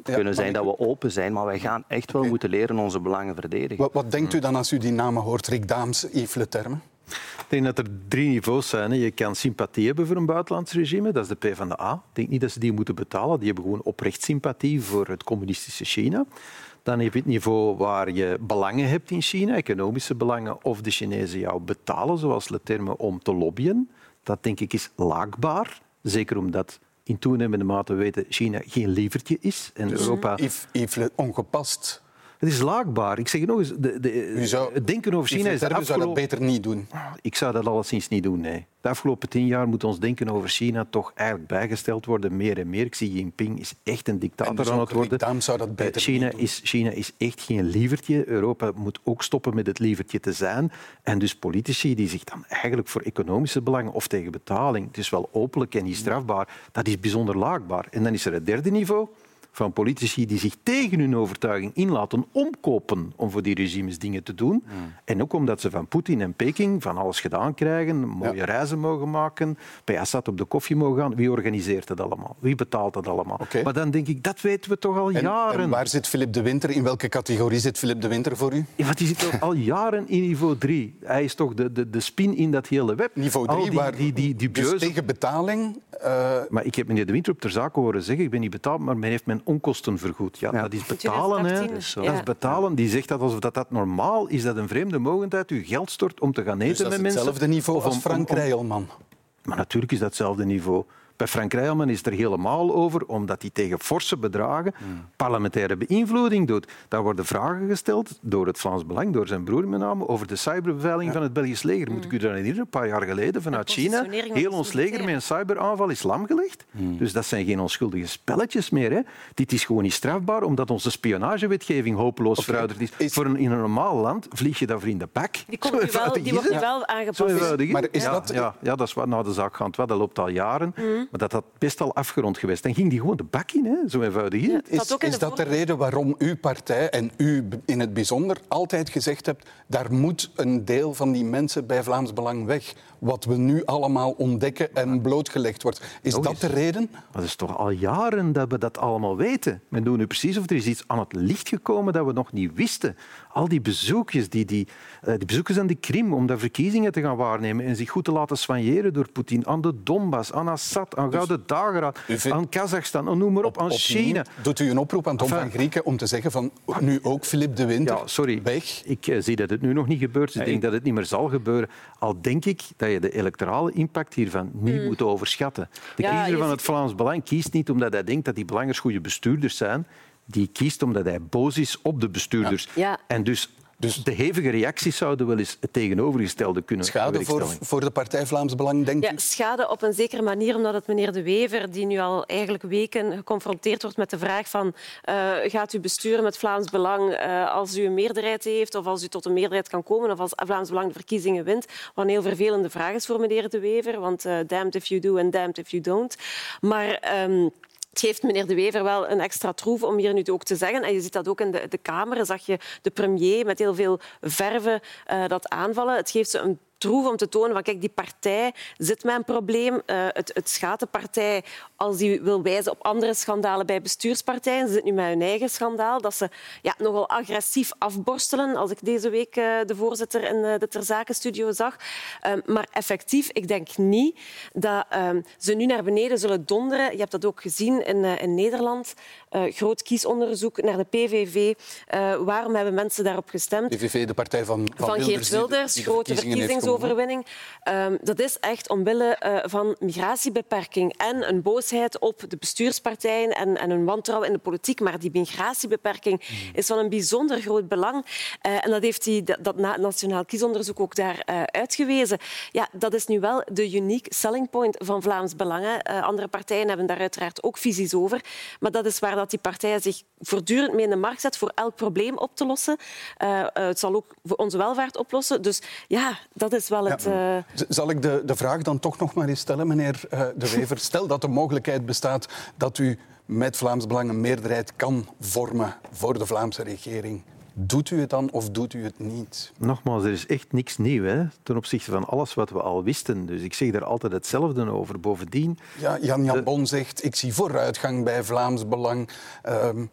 ja, kunnen zijn ik... dat we open zijn, maar wij gaan echt wel okay. moeten leren onze belangen verdedigen. Wat, wat denkt u dan als u die namen hoort? Rick Daams, Yves Leterme? Ik denk dat er drie niveaus zijn. Je kan sympathie hebben voor een buitenlands regime, dat is de PvdA. Ik denk niet dat ze die moeten betalen. Die hebben gewoon oprecht sympathie voor het communistische China. Dan heb je het niveau waar je belangen hebt in China, economische belangen, of de Chinezen jou betalen, zoals Leterme, om te lobbyen. Dat denk ik is laakbaar. Zeker omdat in toenemende mate weten China geen lievertje is. En dus Europa... Yves, Yves, ongepast. Het is laakbaar. Ik zeg het nog eens, de, de, zou, het denken over China is de afgelopen... zou dat beter niet doen? Ik zou dat alleszins niet doen, nee. De afgelopen tien jaar moet ons denken over China toch eigenlijk bijgesteld worden, meer en meer. Xi Jinping is echt een dictator dus aan het worden. Daarom zou dat beter China niet doen. is, China is echt geen lievertje. Europa moet ook stoppen met het lievertje te zijn. En dus politici die zich dan eigenlijk voor economische belangen of tegen betaling, het is wel openlijk en niet strafbaar, dat is bijzonder laakbaar. En dan is er het derde niveau van politici die zich tegen hun overtuiging in laten omkopen om voor die regimes dingen te doen. Mm. En ook omdat ze van Poetin en Peking van alles gedaan krijgen, mooie ja. reizen mogen maken, bij Assad op de koffie mogen gaan. Wie organiseert dat allemaal? Wie betaalt dat allemaal? Okay. Maar dan denk ik, dat weten we toch al en, jaren. En waar zit Philippe de Winter? In welke categorie zit Philippe de Winter voor u? Ja, die zit toch al jaren in niveau drie. Hij is toch de, de, de spin in dat hele web. Niveau drie, die, waar die, die, die dus tegen betaling... Uh... Maar ik heb meneer de Winter op ter zake horen zeggen, ik ben niet betaald, maar men heeft mijn onkosten vergoed. Ja, ja. Dat is betalen. Hè. Dat is, ja. dat is betalen. Die zegt dat alsof dat, dat normaal is, dat een vreemde mogendheid u geld stort om te gaan eten dus met mensen. Dat is hetzelfde niveau als Frank Rijlman. Maar natuurlijk is dat hetzelfde niveau. Bij Frank Rijlman is het er helemaal over, omdat hij tegen forse bedragen hmm. parlementaire beïnvloeding doet. Daar worden vragen gesteld door het Vlaams Belang, door zijn broer met name, over de cyberbeveiliging ja. van het Belgisch leger. Hmm. Moet ik u daar herinneren? Een paar jaar geleden vanuit China. Heel ons leger met een cyberaanval is lamgelegd. Hmm. Dus dat zijn geen onschuldige spelletjes meer. Hè. Dit is gewoon niet strafbaar, omdat onze spionagewetgeving hopeloos okay. verouderd is. is... Voor een, in een normaal land vlieg je daarvoor in de bak. Die, komt wel, die wordt nu wel aangepast. Is, maar is ja, dat... ja, ja, dat is wat nou de zaak gaat. Dat loopt al jaren. Hmm. Maar dat had best al afgerond geweest. Dan ging die gewoon de bak in, hè? Zo eenvoudig. Ja, is is de dat de reden waarom uw partij, en u in het bijzonder, altijd gezegd hebt, daar moet een deel van die mensen bij Vlaams Belang weg? Wat we nu allemaal ontdekken en blootgelegd wordt. Is dat de reden? Dat is toch al jaren dat we dat allemaal weten. Men doet nu precies of er is iets aan het licht gekomen dat we nog niet wisten. Al die bezoekjes, die, die, uh, die bezoekers aan de Krim om daar verkiezingen te gaan waarnemen en zich goed te laten soigneren door Poetin, aan de Donbass, aan Assad, aan dus Gouden Dageraad, vindt... aan Kazachstan, noem maar op, op aan op China. Doet u een oproep aan Tom enfin... van Grieken om te zeggen van nu ook Philippe de Winter ja, sorry. weg? Ik uh, zie dat het nu nog niet gebeurt. Dus ik denk dat het niet meer zal gebeuren. Al denk ik dat je de electorale impact hiervan niet mm. moet overschatten. De ja, kiezer van het Vlaams Belang kiest niet omdat hij denkt dat die belangers goede bestuurders zijn. Die kiest omdat hij boos is op de bestuurders. Ja. Ja. En dus... Dus de hevige reacties zouden wel eens het tegenovergestelde kunnen schade voor, voor de partij Vlaams Belang, denk ja, ik? Schade op een zekere manier, omdat het meneer De Wever, die nu al eigenlijk weken geconfronteerd wordt met de vraag van uh, gaat u besturen met Vlaams Belang uh, als u een meerderheid heeft of als u tot een meerderheid kan komen of als Vlaams Belang de verkiezingen wint. Wat een heel vervelende vraag is voor meneer De Wever, want uh, damned if you do and damned if you don't. Maar... Um, Het geeft meneer De Wever wel een extra troef om hier nu ook te zeggen. En je ziet dat ook in de, de Kamer. Zag je de premier met heel veel verve uh, dat aanvallen. Het geeft ze een troef om te tonen van kijk, die partij zit met een probleem. Uh, het, het schaadt de partij als die wil wijzen op andere schandalen bij bestuurspartijen. Ze zitten nu met hun eigen schandaal, dat ze ja, nogal agressief afborstelen. Als ik deze week uh, de voorzitter in uh, de Ter Zaken-studio zag. Um, maar effectief, ik denk niet dat um, ze nu naar beneden zullen donderen. Je hebt dat ook gezien in, uh, in Nederland. Uh, groot kiesonderzoek naar de P V V. Uh, waarom hebben mensen daarop gestemd? P V V, de partij van, van, van Geert Wilders, grote verkiezingsoverwinning. Um, dat is echt omwille uh, van migratiebeperking en een boosheid op de bestuurspartijen en, en een wantrouwen in de politiek. Maar die migratiebeperking mm. is van een bijzonder groot belang. Uh, en dat heeft die, dat, dat Nationaal Kiesonderzoek ook daar uh, uitgewezen. Ja, dat is nu wel de unique selling point van Vlaams Belang. Uh, andere partijen hebben daar uiteraard ook visies over. Maar dat is waar dat die partijen zich voortdurend mee in de markt zetten voor elk probleem op te lossen. Uh, uh, het zal ook voor onze welvaart oplossen. Dus ja, dat is wel het... Uh... Zal ik de, de vraag dan toch nog maar eens stellen, meneer uh, De Wever? Stel dat de mogelijkheid bestaat dat u met Vlaams Belang een meerderheid kan vormen voor de Vlaamse regering. Doet u het dan of doet u het niet? Nogmaals, er is echt niks nieuw hè, ten opzichte van alles wat we al wisten. Dus ik zeg daar altijd hetzelfde over. Bovendien... Ja, Jan-Jan de... Bon zegt, ik zie vooruitgang bij Vlaams Belang. Um,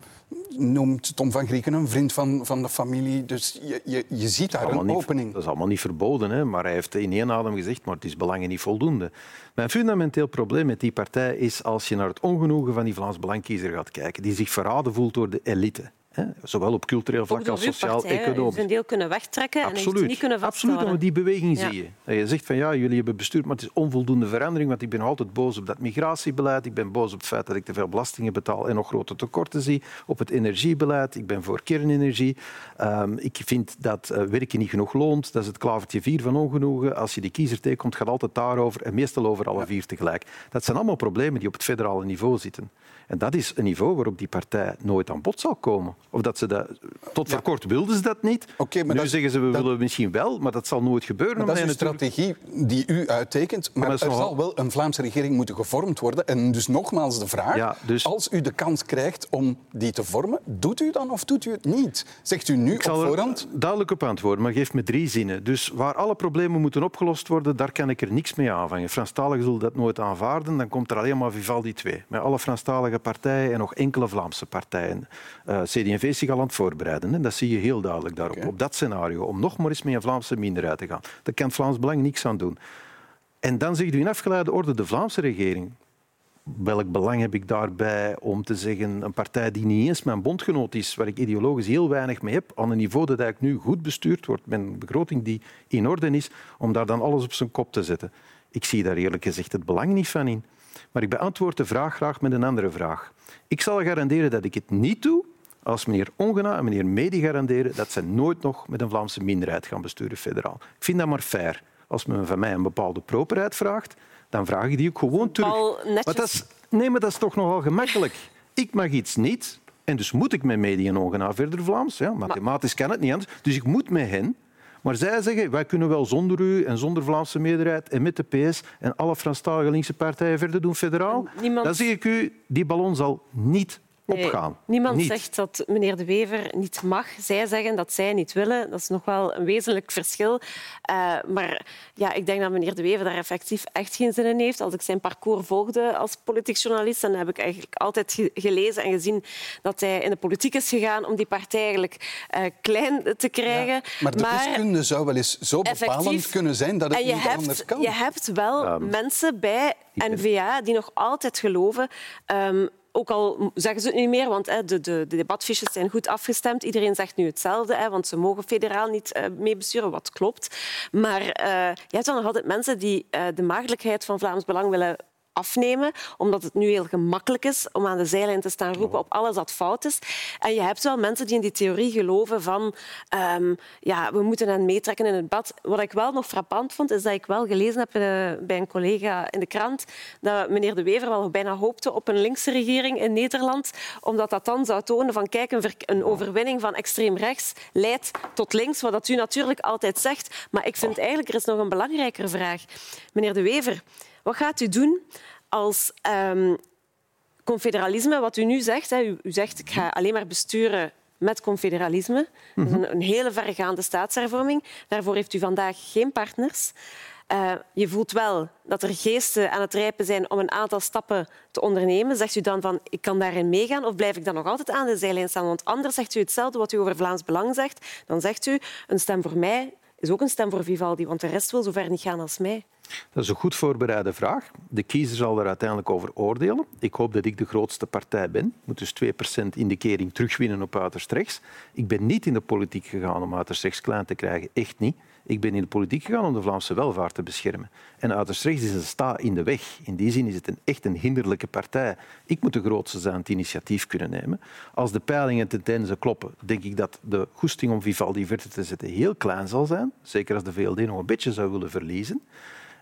noemt Tom van Grieken een vriend van, van de familie. Dus je, je, je ziet daar een niet, opening. Dat is allemaal niet verboden, hè, maar hij heeft in één adem gezegd, maar het is Belangen niet voldoende. Mijn fundamenteel probleem met die partij is als je naar het ongenoegen van die Vlaams Belangkiezer gaat kijken, die zich verraden voelt door de elite. Hè, zowel op cultureel vlak als sociaal-economisch. Een deel kunnen wegtrekken Absoluut. en het niet kunnen vasthouden. Absoluut, die beweging ja. zie je. En je zegt van ja, jullie hebben bestuurd, maar het is onvoldoende verandering, want ik ben altijd boos op dat migratiebeleid, ik ben boos op het feit dat ik te veel belastingen betaal en nog grote tekorten zie, op het energiebeleid, ik ben voor kernenergie. Um, ik vind dat uh, werken niet genoeg loont, dat is het klavertje vier van ongenoegen. Als je die kiezer tegenkomt, gaat het altijd daarover en meestal over alle vier tegelijk. Dat zijn allemaal problemen die op het federale niveau zitten. En dat is een niveau waarop die partij nooit aan bod zal komen. Of dat ze dat, tot voor ja. kort wilden ze dat niet. Okay, maar nu dat, zeggen ze, we dat, willen misschien wel, maar dat zal nooit gebeuren. Maar dat is een natuurlijk... strategie die u uittekent. Maar, maar er nogal... zal wel een Vlaamse regering moeten gevormd worden. En dus nogmaals de vraag, ja, dus... als u de kans krijgt om die te vormen, doet u dan of doet u het niet? Zegt u nu Ik zal op voorhand? er duidelijk op antwoorden, maar geef me drie zinnen. Dus waar alle problemen moeten opgelost worden, daar kan ik er niks mee aanvangen. Franstaligen zullen dat nooit aanvaarden, dan komt er alleen maar Vivaldi twee. Met alle Franstalige partijen en nog enkele Vlaamse partijen. Uh, C D en V zich al aan het voorbereiden. Hè. Dat zie je heel duidelijk daarop. Okay. Op dat scenario. Om nog maar eens met een Vlaamse minderheid te gaan. Daar kan Vlaams Belang niks aan doen. En dan zegt u in afgeleide orde de Vlaamse regering. Welk belang heb ik daarbij om te zeggen een partij die niet eens mijn bondgenoot is, waar ik ideologisch heel weinig mee heb, aan een niveau dat eigenlijk nu goed bestuurd wordt, met een begroting die in orde is, om daar dan alles op zijn kop te zetten. Ik zie daar eerlijk gezegd het belang niet van in. Maar ik beantwoord de vraag graag met een andere vraag. Ik zal garanderen dat ik het niet doe als meneer Ongena en meneer Medi garanderen dat ze nooit nog met een Vlaamse minderheid gaan besturen federaal. Ik vind dat maar fair. Als men van mij een bepaalde properheid vraagt, dan vraag ik die ook gewoon terug. Maar dat is, nee, maar dat is toch nogal gemakkelijk. Ik mag iets niet en dus moet ik met Medi en Ongena verder Vlaams. Ja, mathematisch kan het niet anders. Dus ik moet met hen. Maar zij zeggen, wij kunnen wel zonder u en zonder Vlaamse meerderheid en met de P S en alle Franstalige linkse partijen verder doen federaal. Niemand... Dan zeg ik u, die ballon zal niet opgaan. Nee, niemand niet. zegt dat meneer De Wever niet mag. Zij zeggen dat zij niet willen. Dat is nog wel een wezenlijk verschil. Uh, maar ja, ik denk dat meneer De Wever daar effectief echt geen zin in heeft. Als ik zijn parcours volgde als politiek journalist, dan heb ik eigenlijk altijd ge- gelezen en gezien dat hij in de politiek is gegaan om die partij eigenlijk uh, klein te krijgen. Ja, maar de maar wiskunde zou wel eens zo bepalend kunnen zijn dat het niet hebt, anders kan. Je hebt wel um, mensen bij N V A die nog altijd geloven... Um, Ook al zeggen ze het niet meer, want hè, de, de, de debatfiches zijn goed afgestemd. Iedereen zegt nu hetzelfde, hè, want ze mogen federaal niet uh, meebesturen, wat klopt. Maar uh, je hebt dan nog altijd mensen die uh, de maagdelijkheid van Vlaams Belang willen afnemen, omdat het nu heel gemakkelijk is om aan de zijlijn te staan roepen op alles dat fout is. En je hebt wel mensen die in die theorie geloven van um, ja, we moeten hen meetrekken in het debat. Wat ik wel nog frappant vond, is dat ik wel gelezen heb uh, bij een collega in de krant dat meneer De Wever wel bijna hoopte op een linkse regering in Nederland, omdat dat dan zou tonen van kijk, een, ver- een overwinning van extreem rechts leidt tot links, wat dat u natuurlijk altijd zegt. Maar ik vind eigenlijk, er is nog een belangrijkere vraag. Meneer De Wever, wat gaat u doen als um, confederalisme, wat u nu zegt, hè, u, u zegt ik ga alleen maar besturen met confederalisme, mm-hmm. dat is een, een hele verregaande staatshervorming. Daarvoor heeft u vandaag geen partners. Uh, je voelt wel dat er geesten aan het rijpen zijn om een aantal stappen te ondernemen. Zegt u dan van ik kan daarin meegaan of blijf ik dan nog altijd aan de zijlijn staan? Want anders zegt u hetzelfde wat u over Vlaams Belang zegt. Dan zegt u een stem voor mij is ook een stem voor Vivaldi, want de rest wil zo ver niet gaan als mij. Dat is een goed voorbereide vraag. De kiezer zal er uiteindelijk over oordelen. Ik hoop dat ik de grootste partij ben. Ik moet dus twee procent in de kering terugwinnen op uiterst rechts. Ik ben niet in de politiek gegaan om uiterst rechts klein te krijgen. Echt niet. Ik ben in de politiek gegaan om de Vlaamse welvaart te beschermen. En uiterst rechts is een sta in de weg. In die zin is het een, echt een hinderlijke partij. Ik moet de grootste zijn het initiatief kunnen nemen. Als de peilingen ten tijde kloppen, denk ik dat de goesting om Vivaldi verder te zetten heel klein zal zijn. Zeker als de V L D nog een beetje zou willen verliezen.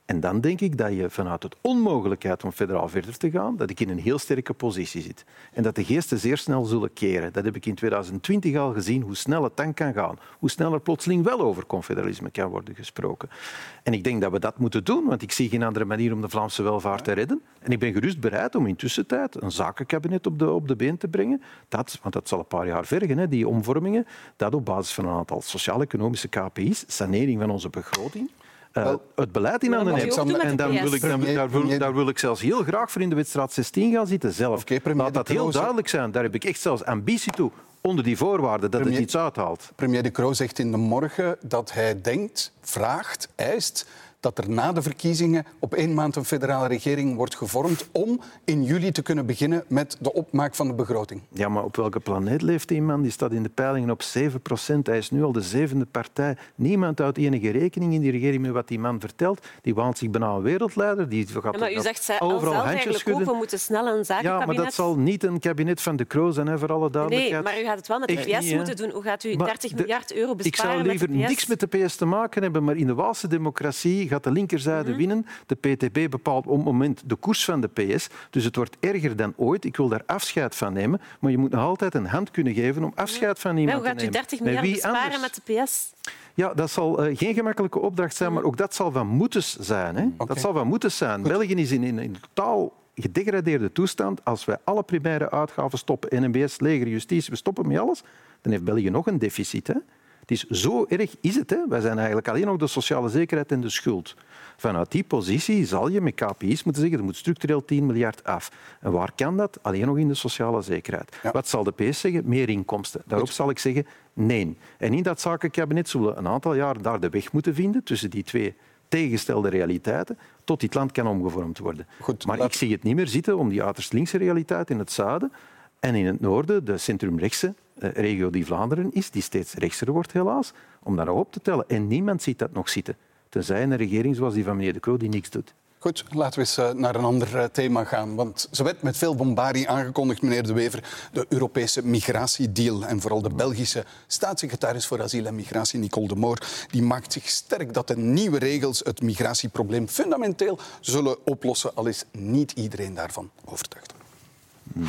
En dan denk ik dat je vanuit de onmogelijkheid om federaal verder te gaan, dat ik in een heel sterke positie zit. En dat de geesten zeer snel zullen keren. Dat heb ik in tweeduizend twintig al gezien, hoe snel het dan kan gaan. Hoe snel er plotseling wel over confederalisme kan worden gesproken. En ik denk dat we dat moeten doen, want ik zie geen andere manier om de Vlaamse welvaart te redden. En ik ben gerust bereid om in tussentijd een zakenkabinet op de, op de been te brengen. Dat, want dat zal een paar jaar vergen, hè, die omvormingen. Dat op basis van een aantal sociaal-economische K P I's, sanering van onze begroting, Uh, het beleid in handen neemt. En dan wil ik, dan, daar, wil, daar wil ik zelfs heel graag voor in de wedstrijd zestien gaan zitten zelf. Okay, Laat dat heel duidelijk zijn. Daar heb ik echt zelfs ambitie toe, onder die voorwaarden, dat premier, het iets uithaalt. Premier De Croo zegt in de morgen dat hij denkt, vraagt, eist dat er na de verkiezingen op één maand een federale regering wordt gevormd om in juli te kunnen beginnen met de opmaak van de begroting. Ja, maar op welke planeet leeft die man? Die staat in de peilingen op zeven procent. Hij is nu al de zevende partij. Niemand houdt enige rekening in die regering met wat die man vertelt. Die waant zich bijna een wereldleider. Die gaat ja, maar u zegt zij overal zelf handjes schudden. We moeten snel een zakenkabinet... Ja, maar dat zal niet een kabinet van De Croo zijn, hè, voor alle duidelijkheid. Nee, maar u gaat het wel met de P S niet, moeten doen. Hoe gaat u dertig miljard euro besparen? Ik zou liever met de P S? niks met de P S te maken hebben, maar in de Waalse democratie gaat de linkerzijde mm-hmm. winnen. De P T B bepaalt op het moment de koers van de P S. Dus het wordt erger dan ooit. Ik wil daar afscheid van nemen. Maar je moet nog altijd een hand kunnen geven om afscheid van iemand ja, te nemen. Hoe gaat u dertig miljard besparen anders? Met de P S? Ja, dat zal uh, geen gemakkelijke opdracht zijn, maar ook dat zal van moetens zijn. Hè? Okay. Dat zal van moeten zijn. Goed. België is in, in een totaal gedegradeerde toestand. Als wij alle primaire uitgaven stoppen, N M B S, leger, justitie, we stoppen met alles, dan heeft België nog een deficit. Hè? Het is zo erg is het. Hè? Wij zijn eigenlijk alleen nog de sociale zekerheid en de schuld. Vanuit die positie zal je met K P I's moeten zeggen, er moet structureel tien miljard af. En waar kan dat? Alleen nog in de sociale zekerheid. Ja. Wat zal de P S zeggen? Meer inkomsten. Daarop Goed. zal ik zeggen, nee. En in dat zakenkabinet zullen we een aantal jaar daar de weg moeten vinden tussen die twee tegengestelde realiteiten, tot dit land kan omgevormd worden. Goed, maar laat... ik zie het niet meer zitten om die uiterst linkse realiteit in het zuiden en in het noorden, de centrumrechtse uh, regio die Vlaanderen is, die steeds rechtser wordt helaas, om daar nog op te tellen. En niemand ziet dat nog zitten. Tenzij een regering zoals die van meneer De Croo die niks doet. Goed, laten we eens naar een ander thema gaan. Want ze werd met veel bombardie aangekondigd, meneer De Wever, de Europese migratiedeal. En vooral de Belgische staatssecretaris voor asiel en migratie, Nicole de Moor, die maakt zich sterk dat de nieuwe regels het migratieprobleem fundamenteel zullen oplossen, al is niet iedereen daarvan overtuigd. Hmm.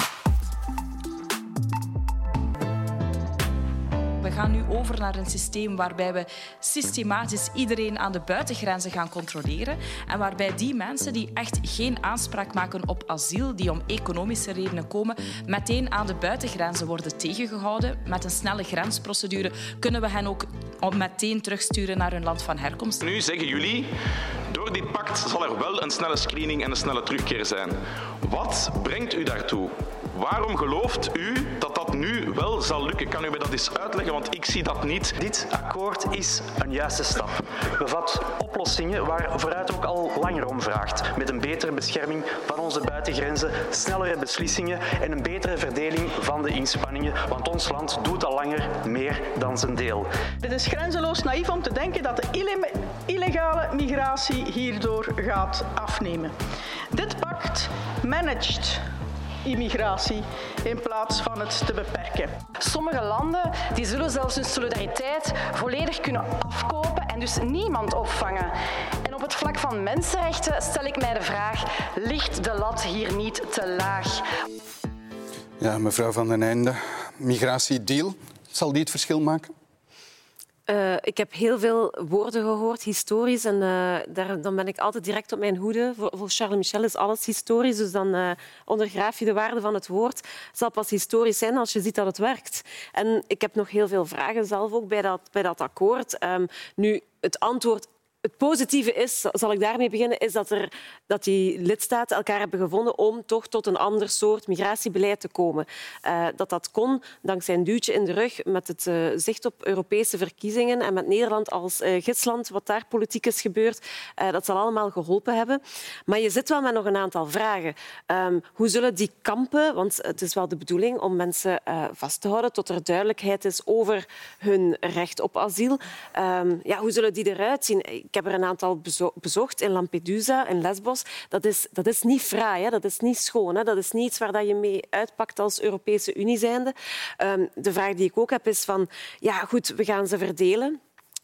We gaan nu over naar een systeem waarbij we systematisch iedereen aan de buitengrenzen gaan controleren en waarbij die mensen die echt geen aanspraak maken op asiel, die om economische redenen komen, meteen aan de buitengrenzen worden tegengehouden. Met een snelle grensprocedure kunnen we hen ook meteen terugsturen naar hun land van herkomst. Nu zeggen jullie, door dit pact zal er wel een snelle screening en een snelle terugkeer zijn. Wat brengt u daartoe? Waarom gelooft u dat dat nu wel zal lukken? Kan u me dat eens uitleggen? Want ik zie dat niet. Dit akkoord is een juiste stap. Bevat oplossingen waar vooruit ook al langer om vraagt. Met een betere bescherming van onze buitengrenzen, snellere beslissingen en een betere verdeling van de inspanningen. Want ons land doet al langer meer dan zijn deel. Het is grenzeloos naïef om te denken dat de illegale migratie hierdoor gaat afnemen. Dit pact managt immigratie in plaats van het te beperken. Sommige landen die zullen zelfs hun solidariteit volledig kunnen afkopen en dus niemand opvangen. En op het vlak van mensenrechten stel ik mij de vraag, ligt de lat hier niet te laag? Ja, mevrouw Van den Einde, migratiedeal, zal die het verschil maken? Uh, ik heb heel veel woorden gehoord, historisch. En uh, daar, dan ben ik altijd direct op mijn hoede. Voor, voor Charles Michel is alles historisch. Dus dan uh, ondergraaf je de waarde van het woord. Het zal pas historisch zijn als je ziet dat het werkt. En ik heb nog heel veel vragen zelf ook bij dat, bij dat akkoord. Um, nu, het antwoord... Het positieve is, zal ik daarmee beginnen, is dat, er, dat die lidstaten elkaar hebben gevonden om toch tot een ander soort migratiebeleid te komen. Uh, dat dat kon dankzij een duwtje in de rug met het uh, zicht op Europese verkiezingen en met Nederland als uh, gidsland, wat daar politiek is gebeurd. Uh, dat zal allemaal geholpen hebben. Maar je zit wel met nog een aantal vragen. Um, hoe zullen die kampen, want het is wel de bedoeling om mensen uh, vast te houden tot er duidelijkheid is over hun recht op asiel. Um, ja, hoe zullen die eruit zien? Ik heb er een aantal bezo- bezocht in Lampedusa, in Lesbos. Dat is, dat is niet fraai, hè? Dat is niet schoon. Hè? Dat is niet iets waar je mee uitpakt als Europese Unie zijnde. Um, de vraag die ik ook heb is van... Ja, goed, we gaan ze verdelen.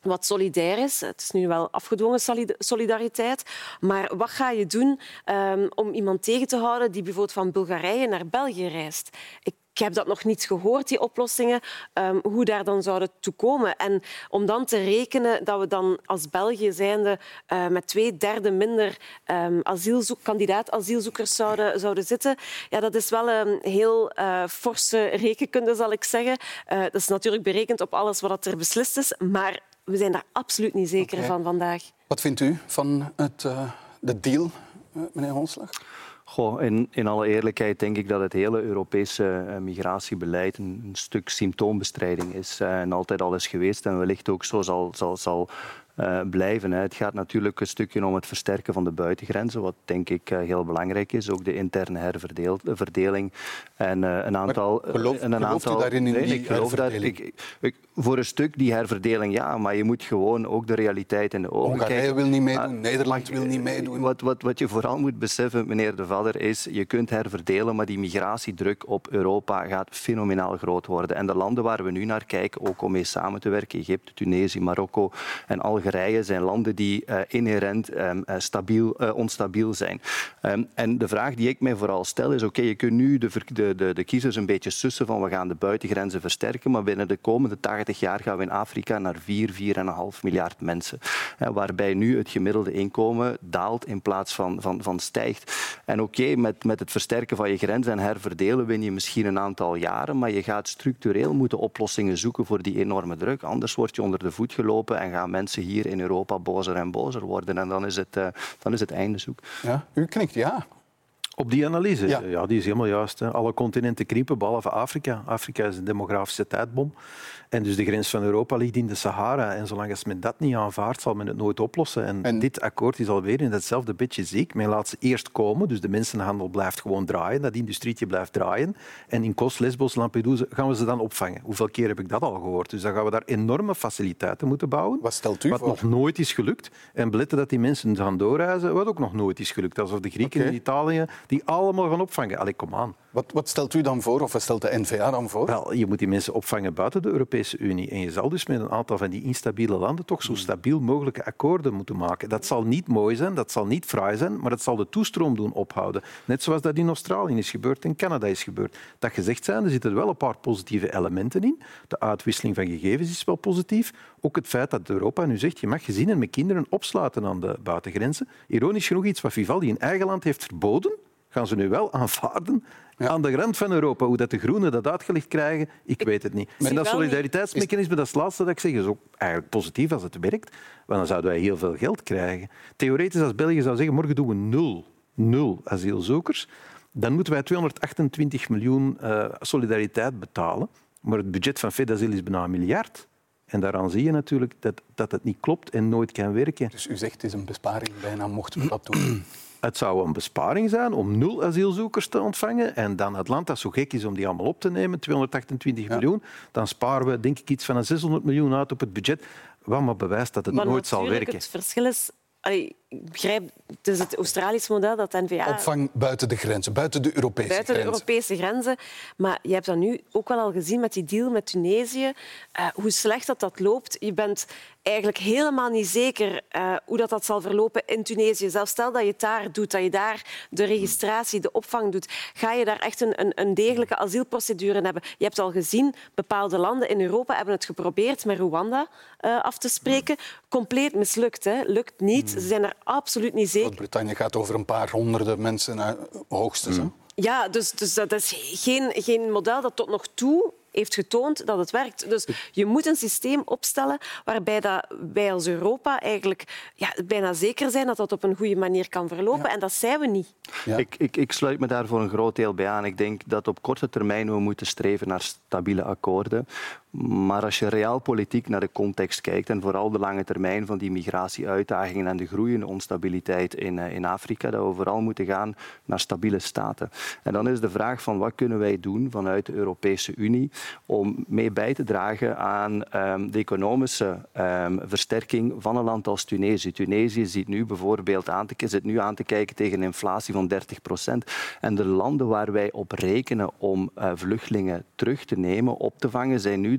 wat solidair is. Het is nu wel afgedwongen solidariteit. Maar wat ga je doen um, om iemand tegen te houden die bijvoorbeeld van Bulgarije naar België reist? Ik Ik heb dat nog niet gehoord, die oplossingen, um, hoe daar dan zouden toe komen. En om dan te rekenen dat we dan als België zijnde uh, met twee derde minder um, asielzoek, kandidaat-asielzoekers zouden, zouden zitten, ja, dat is wel een heel uh, forse rekenkunde, zal ik zeggen. Uh, dat is natuurlijk berekend op alles wat er beslist is, maar we zijn daar absoluut niet zeker okay. van vandaag. Wat vindt u van het, uh, de deal, uh, meneer Honslag? Goh, in, in alle eerlijkheid denk ik dat het hele Europese uh, migratiebeleid een, een stuk symptoombestrijding is uh, en altijd al is geweest en wellicht ook zo zal, zal, zal uh, blijven. Hè. Het gaat natuurlijk een stukje om het versterken van de buitengrenzen, wat denk ik uh, heel belangrijk is. Ook de interne herverdeling en uh, een aantal... Maar geloof, en een gelooft aantal, u daarin in nee, die ik geloof herverdeling? Dat, ik, ik, voor een stuk die herverdeling, ja, maar je moet gewoon ook de realiteit in de ogen Hongarije kijken. wil niet meedoen, uh, Nederland wil niet meedoen. Wat, wat, wat je vooral moet beseffen, meneer De Vadder, is je kunt herverdelen, maar die migratiedruk op Europa gaat fenomenaal groot worden. En de landen waar we nu naar kijken, ook om mee samen te werken, Egypte, Tunesië, Marokko en Algerije, zijn landen die uh, inherent um, uh, stabiel, uh, onstabiel zijn. Um, en de vraag die ik mij vooral stel is, oké, okay, je kunt nu de, de, de, de kiezers een beetje sussen van we gaan de buitengrenzen versterken, maar binnen de komende tachtig jaar gaan we in Afrika naar vier, vier komma vijf miljard mensen. Uh, waarbij nu het gemiddelde inkomen daalt in plaats van, van, van stijgt. En oké, okay, met, met het versterken van je grenzen en herverdelen win je misschien een aantal jaren, maar je gaat structureel moeten oplossingen zoeken voor die enorme druk. Anders word je onder de voet gelopen en gaan mensen hier in Europa bozer en bozer worden. En dan is het, uh, dan is het einde zoek. Ja, u knikt ja. Op die analyse? Ja, ja die is helemaal juist. Hè. Alle continenten krimpen, behalve Afrika. Afrika is een demografische tijdbom. En dus de grens van Europa ligt in de Sahara. En zolang als men dat niet aanvaardt, zal men het nooit oplossen. En, en dit akkoord is alweer in datzelfde bedje ziek. Men laat ze eerst komen, dus de mensenhandel blijft gewoon draaien. Dat industrietje blijft draaien. En in Kos, Lesbos, Lampedusa gaan we ze dan opvangen. Hoeveel keer heb ik dat al gehoord? Dus dan gaan we daar enorme faciliteiten moeten bouwen. Wat stelt u Wat voor? nog nooit is gelukt. En beletten dat die mensen gaan doorreizen, wat ook nog nooit is gelukt. Alsof de Grieken okay. in Italië die allemaal gaan opvangen. Allee, kom aan. Wat, wat stelt u dan voor, of wat stelt de N V A dan voor? Wel, je moet die mensen opvangen buiten de Europese Unie. En je zal dus met een aantal van die instabiele landen toch zo stabiel mogelijke akkoorden moeten maken. Dat zal niet mooi zijn, dat zal niet fraai zijn, maar dat zal de toestroom doen ophouden. Net zoals dat in Australië is gebeurd en Canada is gebeurd. Dat gezegd zijn, er zitten wel een paar positieve elementen in. De uitwisseling van gegevens is wel positief. Ook het feit dat Europa nu zegt, je mag gezinnen met kinderen opsluiten aan de buitengrenzen. Ironisch genoeg iets wat Vivaldi in eigen land heeft verboden, gaan ze nu wel aanvaarden. Ja. Aan de rand van Europa, hoe dat de Groenen dat uitgelegd krijgen, ik weet het niet. En dat solidariteitsmechanisme, dat is het laatste dat ik zeg, is ook eigenlijk positief als het werkt, want dan zouden wij heel veel geld krijgen. Theoretisch, als België zou zeggen, morgen doen we nul, nul asielzoekers, dan moeten wij tweehonderdachtentwintig miljoen uh, solidariteit betalen. Maar het budget van FedAziel is bijna een miljard. En daaraan zie je natuurlijk dat, dat het niet klopt en nooit kan werken. Dus u zegt het is een besparing bijna, mochten we dat doen? Het zou een besparing zijn om nul asielzoekers te ontvangen en dan het land dat zo gek is om die allemaal op te nemen, tweehonderdachtentwintig ja. miljoen, dan sparen we denk ik iets van een zeshonderd miljoen uit op het budget, wat maar bewijst dat het maar nooit zal werken. Het verschil is... Allee, ik begrijp, het is het Australisch model dat N V A... Opvang buiten de grenzen, buiten de Europese buiten grenzen. de Europese grenzen. Maar je hebt dat nu ook wel al gezien met die deal met Tunesië. Uh, hoe slecht dat, dat loopt. Je bent eigenlijk helemaal niet zeker uh, hoe dat, dat zal verlopen in Tunesië. Zelfs stel dat je het daar doet, dat je daar de registratie, de opvang doet, ga je daar echt een, een, een degelijke asielprocedure hebben. Je hebt al gezien, bepaalde landen in Europa hebben het geprobeerd met Rwanda uh, af te spreken. Compleet mislukt, hè. Lukt niet. Ze zijn er absoluut niet zeker. Groot-Brittannië gaat over een paar honderden mensen uh, hoogstens. Mm. Ja, dus, dus dat is geen, geen model dat tot nog toe heeft getoond dat het werkt. Dus je moet een systeem opstellen waarbij dat wij als Europa eigenlijk ja, bijna zeker zijn dat dat op een goede manier kan verlopen. Ja. En dat zijn we niet. Ja. Ik, ik, ik sluit me daar voor een groot deel bij aan. Ik denk dat op korte termijn we moeten streven naar stabiele akkoorden. Maar als je realpolitiek naar de context kijkt en vooral de lange termijn van die migratieuitdagingen en de groeiende onstabiliteit in, in Afrika, dat we vooral moeten gaan naar stabiele staten. En dan is de vraag van wat kunnen wij doen vanuit de Europese Unie om mee bij te dragen aan um, de economische um, versterking van een land als Tunesië. Tunesië zit nu bijvoorbeeld aan te, zit nu aan te kijken tegen een inflatie van dertig procent. En de landen waar wij op rekenen om uh, vluchtelingen terug te nemen, op te vangen, zijn nu de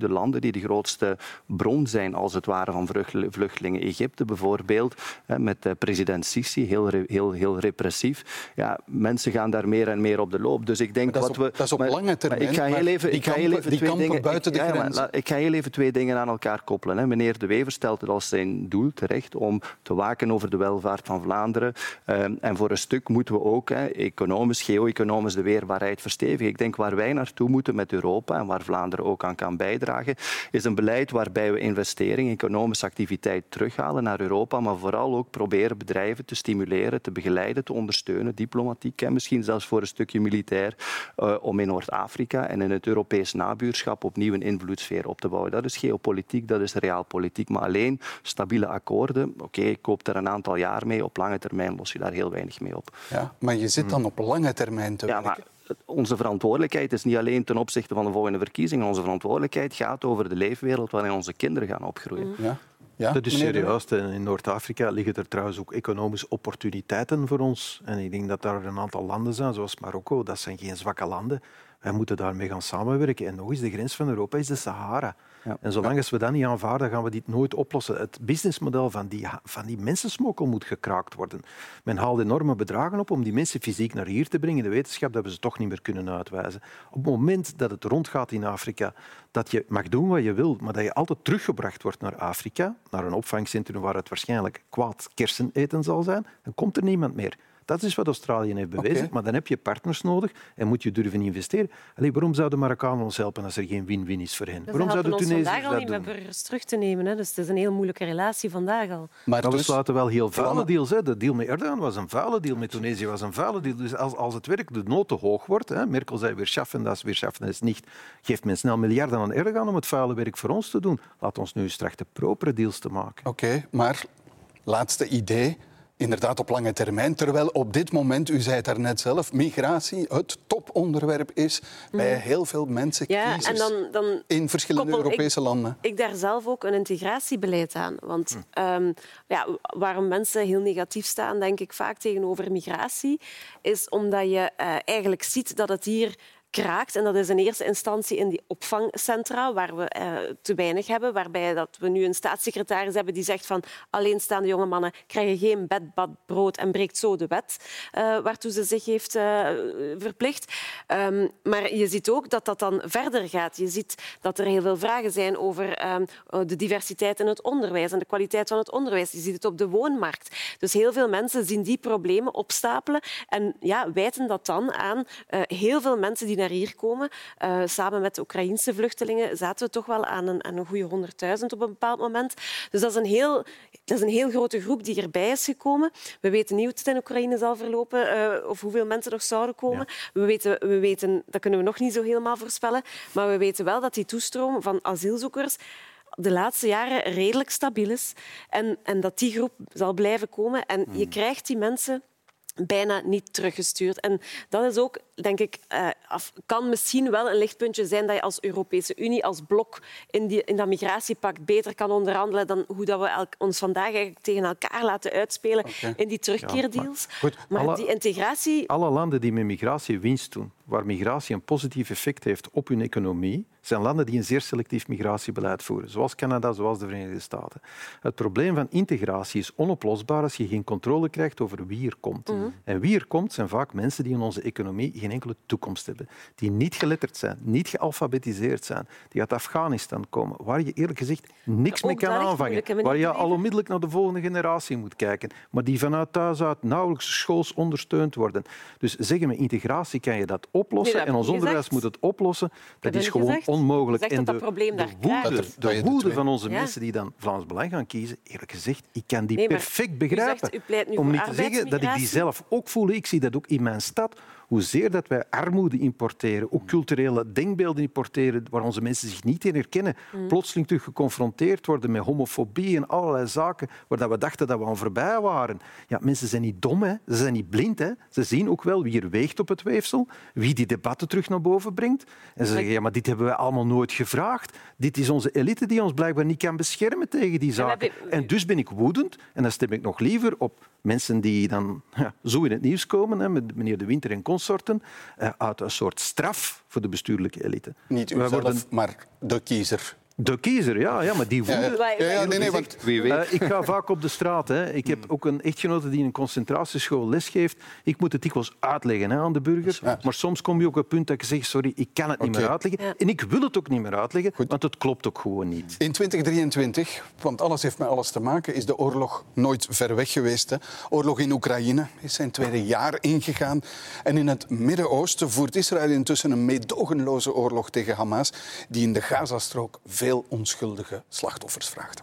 de landen die de grootste bron zijn, als het ware, van vluchtelingen. Egypte bijvoorbeeld, met president Sisi, heel, heel, heel repressief. Ja, mensen gaan daar meer en meer op de loop. Dus ik denk dat wat op, we... Dat is op maar, lange termijn, ik ga heel even, die ik ga kampen, heel even die twee kampen dingen, buiten de ik, grenzen. Ja, ik ga heel even twee dingen aan elkaar koppelen. Hè. Meneer De Wever stelt het als zijn doel terecht om te waken over de welvaart van Vlaanderen. Um, en voor een stuk moeten we ook hè, economisch, geo-economisch de weerbaarheid verstevigen. Ik denk waar wij naartoe moeten met Europa en waar Vlaanderen ook aan kan bijdragen, is een beleid waarbij we investering, economische activiteit terughalen naar Europa, maar vooral ook proberen bedrijven te stimuleren, te begeleiden, te ondersteunen, diplomatiek en misschien zelfs voor een stukje militair, uh, om in Noord-Afrika en in het Europees nabuurschap opnieuw een invloedssfeer op te bouwen. Dat is geopolitiek, dat is realpolitiek. Maar alleen stabiele akkoorden, oké, okay, ik koop er een aantal jaar mee, op lange termijn los je daar heel weinig mee op. Ja, maar je zit dan op lange termijn te ja, werken. Maar onze verantwoordelijkheid is niet alleen ten opzichte van de volgende verkiezingen. Onze verantwoordelijkheid gaat over de leefwereld waarin onze kinderen gaan opgroeien. Ja. Ja, dat is serieus. In Noord-Afrika liggen er trouwens ook economische opportuniteiten voor ons. En ik denk dat daar een aantal landen zijn, zoals Marokko. Dat zijn geen zwakke landen. Wij moeten daarmee gaan samenwerken. En nog eens, de grens van Europa is de Sahara. Ja. En zolang als we dat niet aanvaarden, gaan we dit nooit oplossen. Het businessmodel van die, van die mensensmokkel moet gekraakt worden. Men haalt enorme bedragen op om die mensen fysiek naar hier te brengen. De wetenschap dat we ze toch niet meer kunnen uitwijzen. Op het moment dat het rondgaat in Afrika, dat je mag doen wat je wil, maar dat je altijd teruggebracht wordt naar Afrika, naar een opvangcentrum waar het waarschijnlijk kwaad kerseneten zal zijn, dan komt er niemand meer. Dat is wat Australië heeft bewezen, okay. Maar dan heb je partners nodig en moet je durven investeren. Allee, waarom zouden Marokkanen ons helpen als er geen win-win is voor hen? Dus waarom zouden Tunesiërs dat doen? vandaag al niet doen? met burgers terug te nemen. Hè? Dus het is een heel moeilijke relatie vandaag al. Maar dus, we sluiten wel heel vuile deals. Hè. De deal met Erdogan was een vuile deal, met Tunesië was een vuile deal. Dus als, als het werk de nood te hoog wordt, hè, Merkel zei weer schaffen, dat is weer schaffen, dat is niet. Geeft men snel miljarden aan Erdogan om het vuile werk voor ons te doen. Laat ons nu eens trachten propere deals te maken. Oké, okay, maar laatste idee. Inderdaad, op lange termijn. Terwijl op dit moment, u zei het daarnet zelf, migratie het toponderwerp is bij heel veel mensen, ja, kiezers, en dan, dan in verschillende Europese ik, landen. Ik daar zelf ook een integratiebeleid aan. Want hm. um, ja, waarom mensen heel negatief staan, denk ik vaak tegenover migratie, is omdat je uh, eigenlijk ziet dat het hier kraakt. En dat is in eerste instantie in die opvangcentra, waar we uh, te weinig hebben, waarbij dat we nu een staatssecretaris hebben die zegt van alleenstaande jonge mannen krijgen geen bed, bad, brood en breekt zo de wet uh, waartoe ze zich heeft uh, verplicht. Um, maar je ziet ook dat dat dan verder gaat. Je ziet dat er heel veel vragen zijn over um, de diversiteit in het onderwijs en de kwaliteit van het onderwijs. Je ziet het op de woonmarkt. Dus heel veel mensen zien die problemen opstapelen en ja, wijten dat dan aan uh, heel veel mensen die naar hier komen. Uh, samen met de Oekraïense vluchtelingen zaten we toch wel aan een, aan een goede honderdduizend op een bepaald moment. Dus dat is, een heel, dat is een heel grote groep die erbij is gekomen. We weten niet hoe het in Oekraïne zal verlopen uh, of hoeveel mensen nog zouden komen. Ja. We weten, we weten, dat kunnen we nog niet zo helemaal voorspellen, maar we weten wel dat die toestroom van asielzoekers de laatste jaren redelijk stabiel is en, en dat die groep zal blijven komen. En hmm. je krijgt die mensen bijna niet teruggestuurd. En dat is ook, denk ik, uh, af, kan misschien wel een lichtpuntje zijn dat je als Europese Unie, als blok in, die, in dat migratiepact beter kan onderhandelen dan hoe dat we elk, ons vandaag eigenlijk tegen elkaar laten uitspelen okay. in die terugkeerdeals. Ja, maar goed, maar alle, die integratie... Alle landen die met migratie winst doen, waar migratie een positief effect heeft op hun economie, zijn landen die een zeer selectief migratiebeleid voeren, zoals Canada, zoals de Verenigde Staten. Het probleem van integratie is onoplosbaar als je geen controle krijgt over wie er komt. Mm-hmm. En wie er komt, zijn vaak mensen die in onze economie geen enkele toekomst hebben. Die niet geletterd zijn, niet gealfabetiseerd zijn, die uit Afghanistan komen, waar je eerlijk gezegd niks mee kan aanvangen, waar je al onmiddellijk naar de volgende generatie moet kijken, maar die vanuit thuis uit nauwelijks schools ondersteund worden. Dus zeggen we, integratie kan je dat oplossen nee, dat en ons onderwijs gezegd. moet het oplossen, dat is gewoon onmogelijk. onmogelijk. En de, de woede, de woede van onze ja. mensen die dan Vlaams Belang gaan kiezen, eerlijk gezegd, ik kan die nee, perfect begrijpen. U zegt, u om niet te zeggen dat ik die zelf ook voel. Ik zie dat ook in mijn stad. Hoezeer dat wij armoede importeren, ook culturele denkbeelden importeren waar onze mensen zich niet in herkennen, mm. plotseling terug geconfronteerd worden met homofobie en allerlei zaken waar we dachten dat we aan voorbij waren. Ja, mensen zijn niet dom, hè. Ze zijn niet blind. Hè. Ze zien ook wel wie er weegt op het weefsel, wie die debatten terug naar boven brengt. En ze zeggen, ja, maar dit hebben wij allemaal nooit gevraagd. Dit is onze elite die ons blijkbaar niet kan beschermen tegen die zaken. En dus ben ik woedend en dan stem ik nog liever op mensen die dan ja, zo in het nieuws komen, hè, met meneer De Winter en consorten, uh, uit een soort straf voor de bestuurlijke elite. Niet u zelf, worden... maar de kiezer. De kiezer, ja, ja, maar die woede... Ja, ja, ja, nee, nee, want... Wie weet. Uh, ik ga vaak op de straat. Hè. Ik heb ook een echtgenote die in een concentratieschool lesgeeft. Ik moet het dikwijls uitleggen hè, aan de burger. Ja. Maar soms kom je ook op het punt dat je zegt, sorry, ik kan het niet okay. meer uitleggen. Ja. En ik wil het ook niet meer uitleggen, Goed. want het klopt ook gewoon niet. In twintig drieëntwintig, want alles heeft met alles te maken, is de oorlog nooit ver weg geweest. Hè. Oorlog in Oekraïne is zijn tweede jaar ingegaan. En in het Midden-Oosten voert Israël intussen een meedogenloze oorlog tegen Hamas, die in de Gazastrook veel veel onschuldige slachtoffers vraagt.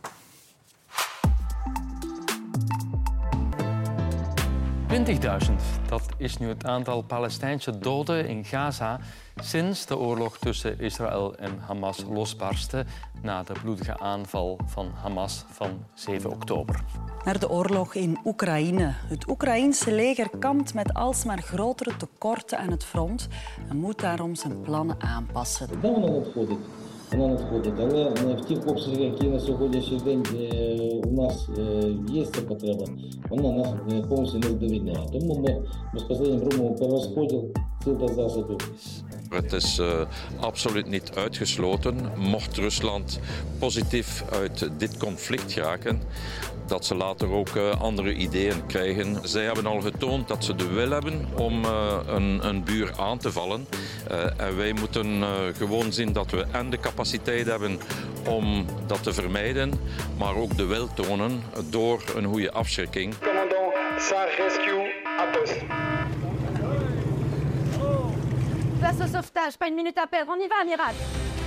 twintigduizend, dat is nu het aantal Palestijnse doden in Gaza sinds de oorlog tussen Israël en Hamas losbarstte na de bloedige aanval van Hamas van zeven oktober. Naar de oorlog in Oekraïne. Het Oekraïense leger kampt met alsmaar grotere tekorten aan het front en moet daarom zijn plannen aanpassen. Вона надходить, але в тих обсягах, які на сьогоднішній день у нас є ця потреба, вона нас повністю не задовольняє. Тому ми безпосередньо робимо перерозподіл сил та засобів. Het is uh, absoluut niet uitgesloten, mocht Rusland positief uit dit conflict geraken, dat ze later ook uh, andere ideeën krijgen. Zij hebben al getoond dat ze de wil hebben om uh, een, een buur aan te vallen. Uh, en wij moeten uh, gewoon zien dat we en de capaciteit hebben om dat te vermijden, maar ook de wil tonen door een goede afschrikking. Commandant Sar Rescue à poste. Place au sauvetage, pas une minute à perdre, on y va, amiral.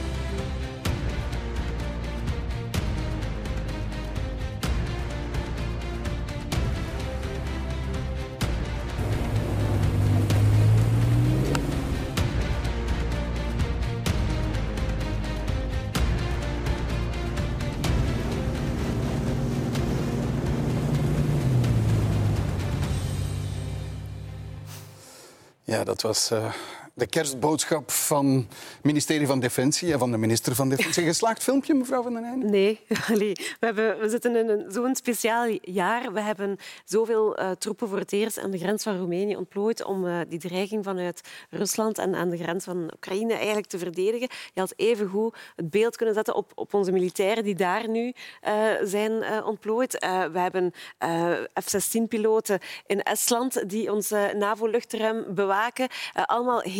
Ja, dat was uh, de kerstboodschap van het ministerie van Defensie en van de minister van Defensie. Geslaagd filmpje, mevrouw Van den Einde? Nee, Allee, we, hebben, we zitten in een, zo'n speciaal jaar. We hebben zoveel uh, troepen voor het eerst aan de grens van Roemenië ontplooid om uh, die dreiging vanuit Rusland en aan de grens van Oekraïne eigenlijk te verdedigen. Je had evengoed het beeld kunnen zetten op, op onze militairen die daar nu uh, zijn uh, ontplooid. Uh, we hebben uh, F zestien-piloten in Estland die ons uh, NAVO-luchtruim bewaken. Uh, allemaal heel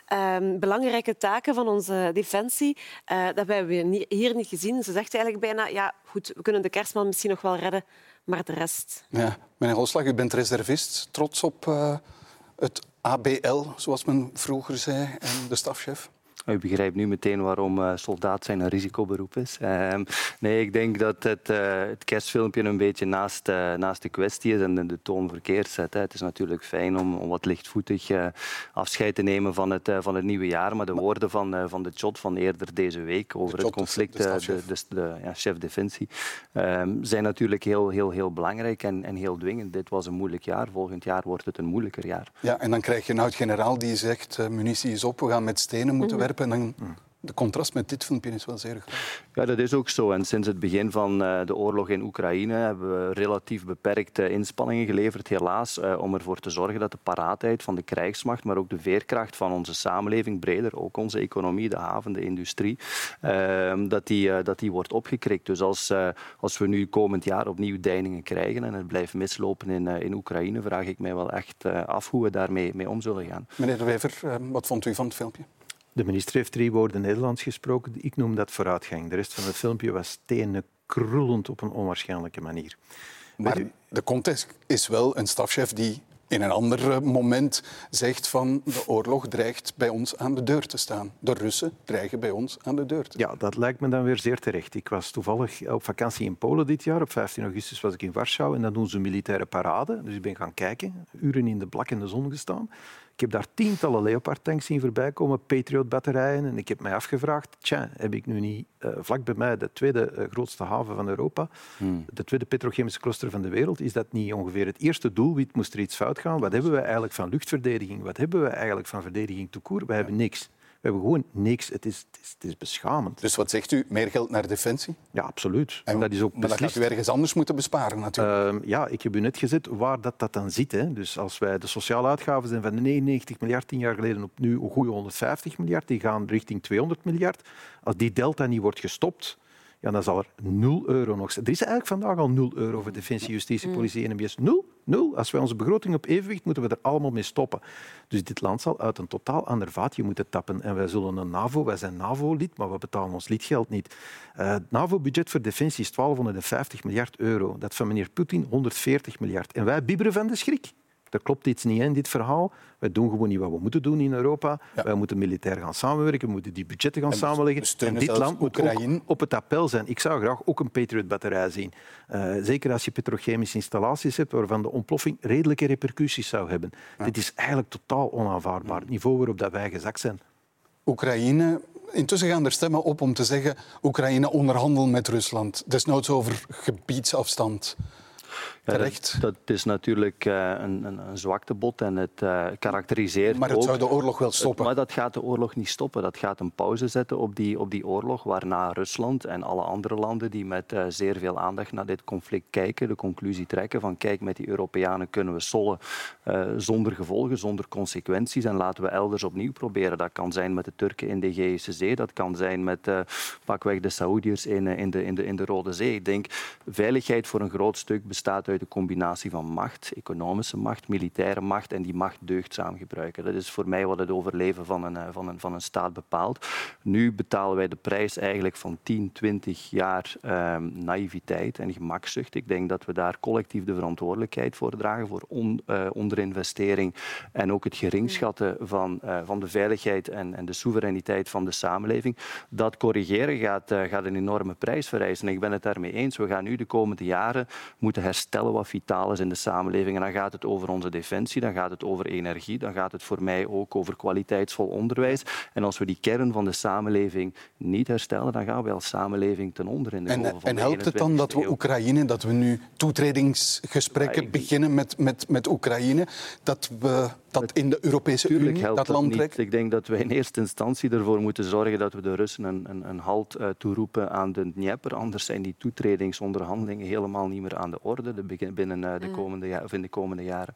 uh, belangrijke taken van onze defensie. Uh, dat hebben we hier niet gezien. Ze zegt eigenlijk bijna, ja, goed, we kunnen de kerstman misschien nog wel redden, maar de rest... Ja, meneer Holslag, u bent reservist, trots op uh, het A B L, zoals men vroeger zei, en de stafchef. U begrijpt nu meteen waarom uh, soldaat zijn een risicoberoep is. Uh, nee, ik denk dat het, uh, het kerstfilmpje een beetje naast, uh, naast de kwestie is en de, de toon verkeerd zet. Hè. Het is natuurlijk fijn om, om wat lichtvoetig uh, afscheid te nemen van het, uh, van het nieuwe jaar. Maar de woorden van, uh, van de Tjot van eerder deze week over het conflict, de, de, de, de, de ja, chef Defensie, uh, zijn natuurlijk heel, heel, heel belangrijk en, en heel dwingend. Dit was een moeilijk jaar. Volgend jaar wordt het een moeilijker jaar. Ja, en dan krijg je een oud-generaal die zegt uh, munitie is op, we gaan met stenen moeten werpen. En dan, de contrast met dit filmpje is wel zeer groot. Ja, dat is ook zo. En sinds het begin van uh, de oorlog in Oekraïne hebben we relatief beperkte inspanningen geleverd, helaas, uh, om ervoor te zorgen dat de paraatheid van de krijgsmacht, maar ook de veerkracht van onze samenleving, breder, ook onze economie, de haven, de industrie, uh, dat, die, uh, dat die wordt opgekrikt. Dus als, uh, als we nu komend jaar opnieuw deiningen krijgen en het blijft mislopen in, uh, in Oekraïne, vraag ik mij wel echt uh, af hoe we daarmee mee om zullen gaan. Meneer De Wever, uh, wat vond u van het filmpje? De minister heeft drie woorden Nederlands gesproken. Ik noem dat vooruitgang. De rest van het filmpje was tenenkrollend op een onwaarschijnlijke manier. Maar de context is wel een stafchef die in een ander moment zegt van de oorlog dreigt bij ons aan de deur te staan. De Russen dreigen bij ons aan de deur te staan. Ja, dat lijkt me dan weer zeer terecht. Ik was toevallig op vakantie in Polen dit jaar. Op vijftien augustus was ik in Warschau en dan doen ze een militaire parade. Dus ik ben gaan kijken, uren in de blakkende zon gestaan. Ik heb daar tientallen Leopard-tanks zien voorbij komen, Patriot-batterijen. En ik heb mij afgevraagd, tja, heb ik nu niet uh, vlak bij mij de tweede uh, grootste haven van Europa, hmm. de tweede petrochemische cluster van de wereld, is dat niet ongeveer het eerste doelwit? Moest er iets fout gaan? Wat hebben we eigenlijk van luchtverdediging? Wat hebben we eigenlijk van verdediging tout court? We hebben niks. We hebben gewoon niks. Het is, het is, het is beschamend. Dus wat zegt u? Meer geld naar defensie? Ja, absoluut. En, dat is ook maar dat gaat u ergens anders moeten besparen, natuurlijk. Uh, ja, ik heb u net gezet waar dat, dat dan zit. Hè. Dus als wij de sociale uitgaven zijn van negenennegentig miljard tien jaar geleden op nu een goede honderdvijftig miljard, die gaan richting tweehonderd miljard. Als die delta niet wordt gestopt, ja, dan zal er nul euro nog zijn. Er is eigenlijk vandaag al nul euro voor defensie, justitie, politie en M B S. Nul, nul. Als wij onze begroting op evenwicht, moeten we er allemaal mee stoppen. Dus dit land zal uit een totaal ander vaatje moeten tappen. En wij zullen een NAVO, wij zijn NAVO-lid, maar we betalen ons lidgeld niet. Uh, het NAVO-budget voor defensie is twaalfhonderdvijftig miljard euro. Dat van meneer Poetin honderdveertig miljard. En wij bibberen van de schrik. Er klopt iets niet in dit verhaal. Wij doen gewoon niet wat we moeten doen in Europa. Ja. Wij moeten militair gaan samenwerken, we moeten die budgetten gaan en samenleggen. En dit land moet ook op het appel zijn. Ik zou graag ook een Patriot-batterij zien. Uh, zeker als je petrochemische installaties hebt waarvan de ontploffing redelijke repercussies zou hebben. Ja. Dit is eigenlijk totaal onaanvaardbaar. Het niveau waarop dat wij gezakt zijn. Oekraïne... Intussen gaan er stemmen op om te zeggen Oekraïne onderhandelt met Rusland. Desnoods over gebiedsafstand. Ja, dat, dat is natuurlijk uh, een, een, een zwaktebod en het uh, karakteriseert Maar het ook, zou de oorlog wel stoppen. Het, maar dat gaat de oorlog niet stoppen. Dat gaat een pauze zetten op die, op die oorlog, waarna Rusland en alle andere landen die met uh, zeer veel aandacht naar dit conflict kijken, de conclusie trekken van kijk, met die Europeanen kunnen we sollen uh, zonder gevolgen, zonder consequenties en laten we elders opnieuw proberen. Dat kan zijn met de Turken in de Egeïsche Zee, dat kan zijn met uh, pakweg de Saoediërs in, uh, in, de, in, de, in de Rode Zee. Ik denk, veiligheid voor een groot stuk bestaat uit de combinatie van macht, economische macht, militaire macht en die macht deugdzaam gebruiken. Dat is voor mij wat het overleven van een, van een, van een staat bepaalt. Nu betalen wij de prijs eigenlijk van tien, twintig jaar eh, naïviteit en gemakzucht. Ik denk dat we daar collectief de verantwoordelijkheid voor dragen, voor on, uh, onderinvestering en ook het geringschatten van, uh, van de veiligheid en, en de soevereiniteit van de samenleving. Dat corrigeren gaat, uh, gaat een enorme prijs vereisen. En ik ben het daarmee eens. We gaan nu de komende jaren moeten herstellen wat vitaal is in de samenleving. En dan gaat het over onze defensie, dan gaat het over energie, dan gaat het voor mij ook over kwaliteitsvol onderwijs. En als we die kern van de samenleving niet herstellen, dan gaan we als samenleving ten onder in de golven van de En helpt het dan dat we Oekraïne, dat we nu toetredingsgesprekken ja, beginnen met, met, met Oekraïne, dat we dat in de Europese Unie dat land trekken? Ik denk dat wij in eerste instantie ervoor moeten zorgen dat we de Russen een, een, een halt uh, toeroepen aan de Dnieper. Anders zijn die toetredingsonderhandelingen helemaal niet meer aan de orde de, binnen uh, de komende, ja, of in de komende jaren.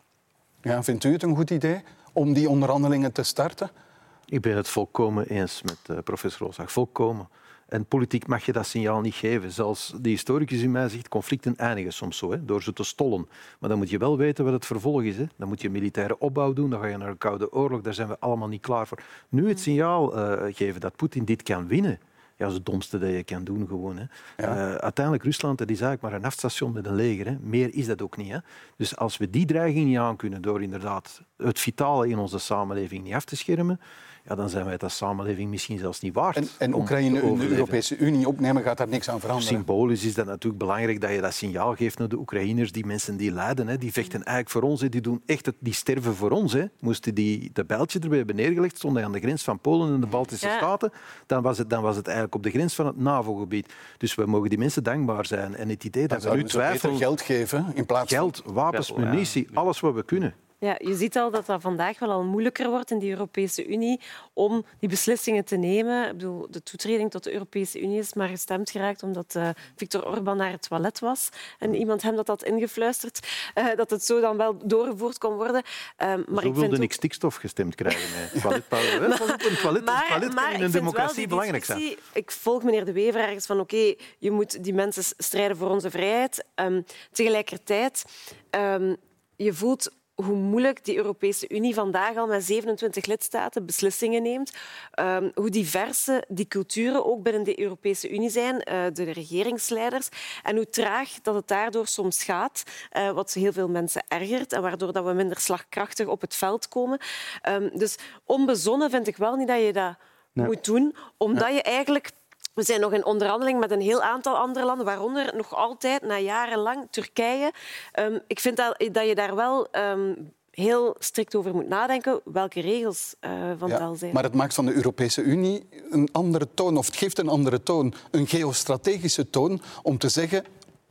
Ja, vindt u het een goed idee om die onderhandelingen te starten? Ik ben het volkomen eens met uh, professor Rozag. Volkomen. En politiek mag je dat signaal niet geven. Zelfs de historicus in mij zegt, conflicten eindigen soms zo, hè, door ze te stollen. Maar dan moet je wel weten wat het vervolg is. Hè. Dan moet je militaire opbauw doen, dan ga je naar een koude oorlog. Daar zijn we allemaal niet klaar voor. Nu het signaal uh, geven dat Poetin dit kan winnen, ja, dat is het domste dat je kan doen. Gewoon, hè. Ja. Uh, uiteindelijk, Rusland, dat is eigenlijk maar een afstation met een leger. Hè. Meer is dat ook niet. Hè. Dus als we die dreiging niet aankunnen door inderdaad het vitale in onze samenleving niet af te schermen, ja, dan zijn wij het als samenleving misschien zelfs niet waard. En, en Oekraïne in de Europese Unie opnemen, gaat daar niks aan veranderen? Symbolisch is dat natuurlijk belangrijk dat je dat signaal geeft naar de Oekraïners, die mensen die lijden. Hè, die vechten eigenlijk voor ons, hè, die, doen echt het, die sterven voor ons. Hè. Moesten die de bijltje erbij hebben neergelegd, stonden aan de grens van Polen en de Baltische ja. Staten, dan was, het, dan was het eigenlijk op de grens van het NAVO-gebied. Dus we mogen die mensen dankbaar zijn. En het idee dat dan we nu twijfelen... geld geven in plaats geld, van... wapens, munitie, alles wat we kunnen. Ja, je ziet al dat dat vandaag wel al moeilijker wordt in de Europese Unie om die beslissingen te nemen. Ik bedoel, de toetreding tot de Europese Unie is maar gestemd geraakt omdat uh, Viktor Orbán naar het toilet was en iemand hem dat had ingefluisterd, uh, dat het zo dan wel doorgevoerd kon worden. Uh, maar zo ik wilde vind ik stikstof gestemd krijgen. Toilet, toilet, toilet, toilet, maar, toilet maar kan in een democratie belangrijk zijn. Ik volg meneer De Wever ergens van oké, okay, je moet die mensen strijden voor onze vrijheid. Um, tegelijkertijd, um, je voelt hoe moeilijk die Europese Unie vandaag al met zevenentwintig lidstaten beslissingen neemt. Um, hoe diverse die culturen ook binnen de Europese Unie zijn, uh, de regeringsleiders. En hoe traag dat het daardoor soms gaat, uh, wat heel veel mensen ergert en waardoor dat we minder slagkrachtig op het veld komen. Um, dus onbezonnen vind ik wel niet dat je dat nee. moet doen, omdat ja. je eigenlijk... We zijn nog in onderhandeling met een heel aantal andere landen, waaronder nog altijd, na jarenlang, Turkije. Um, ik vind dat, dat je daar wel um, heel strikt over moet nadenken welke regels uh, van ja, tel zijn. Maar het maakt van de Europese Unie een andere toon, of het geeft een andere toon, een geostrategische toon, om te zeggen...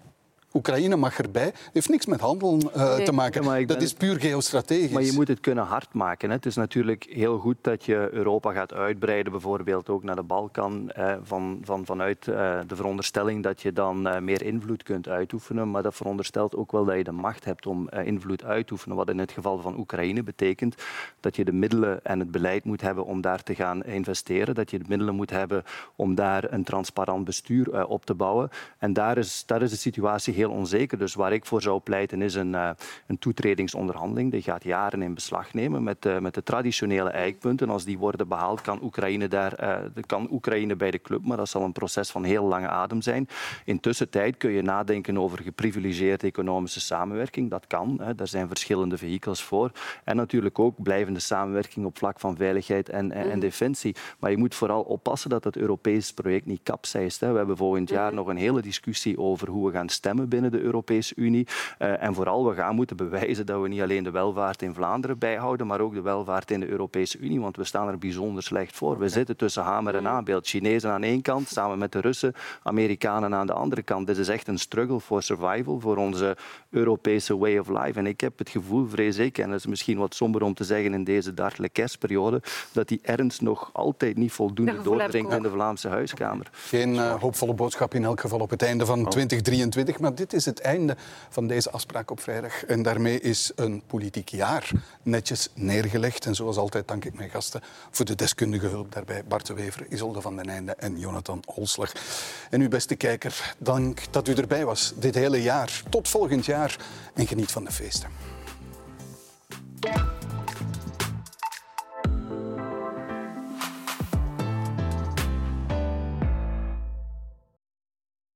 Oekraïne mag erbij. heeft niks met handel uh, te maken. Ja, dat ben... is puur geostrategisch. Maar je moet het kunnen hard maken. Hè. Het is natuurlijk heel goed dat je Europa gaat uitbreiden, bijvoorbeeld ook naar de Balkan, eh, van, van, vanuit uh, de veronderstelling dat je dan uh, meer invloed kunt uitoefenen. Maar dat veronderstelt ook wel dat je de macht hebt om uh, invloed uit te oefenen. Wat in het geval van Oekraïne betekent dat je de middelen en het beleid moet hebben om daar te gaan investeren. Dat je de middelen moet hebben om daar een transparant bestuur uh, op te bouwen. En daar is, daar is de situatie heel onzeker. Dus waar ik voor zou pleiten is een, uh, een toetredingsonderhandeling. Die gaat jaren in beslag nemen met, uh, met de traditionele eikpunten. Als die worden behaald, kan Oekraïne, daar, uh, kan Oekraïne bij de club. Maar dat zal een proces van heel lange adem zijn. Intussen tijd kun je nadenken over geprivilegeerde economische samenwerking. Dat kan. Hè. Daar zijn verschillende vehikels voor. En natuurlijk ook blijvende samenwerking op vlak van veiligheid en, en, en defensie. Maar je moet vooral oppassen dat het Europees project niet kapseist. Hè. We hebben volgend jaar nog een hele discussie over hoe we gaan stemmen binnen de Europese Unie. Uh, en vooral, we gaan moeten bewijzen dat we niet alleen de welvaart in Vlaanderen bijhouden, maar ook de welvaart in de Europese Unie, want we staan er bijzonder slecht voor. We zitten tussen hamer en aanbeeld. Chinezen aan één kant, samen met de Russen, Amerikanen aan de andere kant. Dit is echt een struggle for survival, voor onze Europese way of life. En ik heb het gevoel, vrees ik, en dat is misschien wat somber om te zeggen in deze dartele kerstperiode, dat die ernst nog altijd niet voldoende doordringt in de Vlaamse huiskamer. Geen uh, hoopvolle boodschap in elk geval op het einde van twintig drieëntwintig, maar dit is het einde van deze afspraak op vrijdag. En daarmee is een politiek jaar netjes neergelegd. En zoals altijd dank ik mijn gasten voor de deskundige hulp daarbij. Bart de Wever, Isolde van den Einde en Jonathan Holslag. En u beste kijker, dank dat u erbij was dit hele jaar. Tot volgend jaar en geniet van de feesten.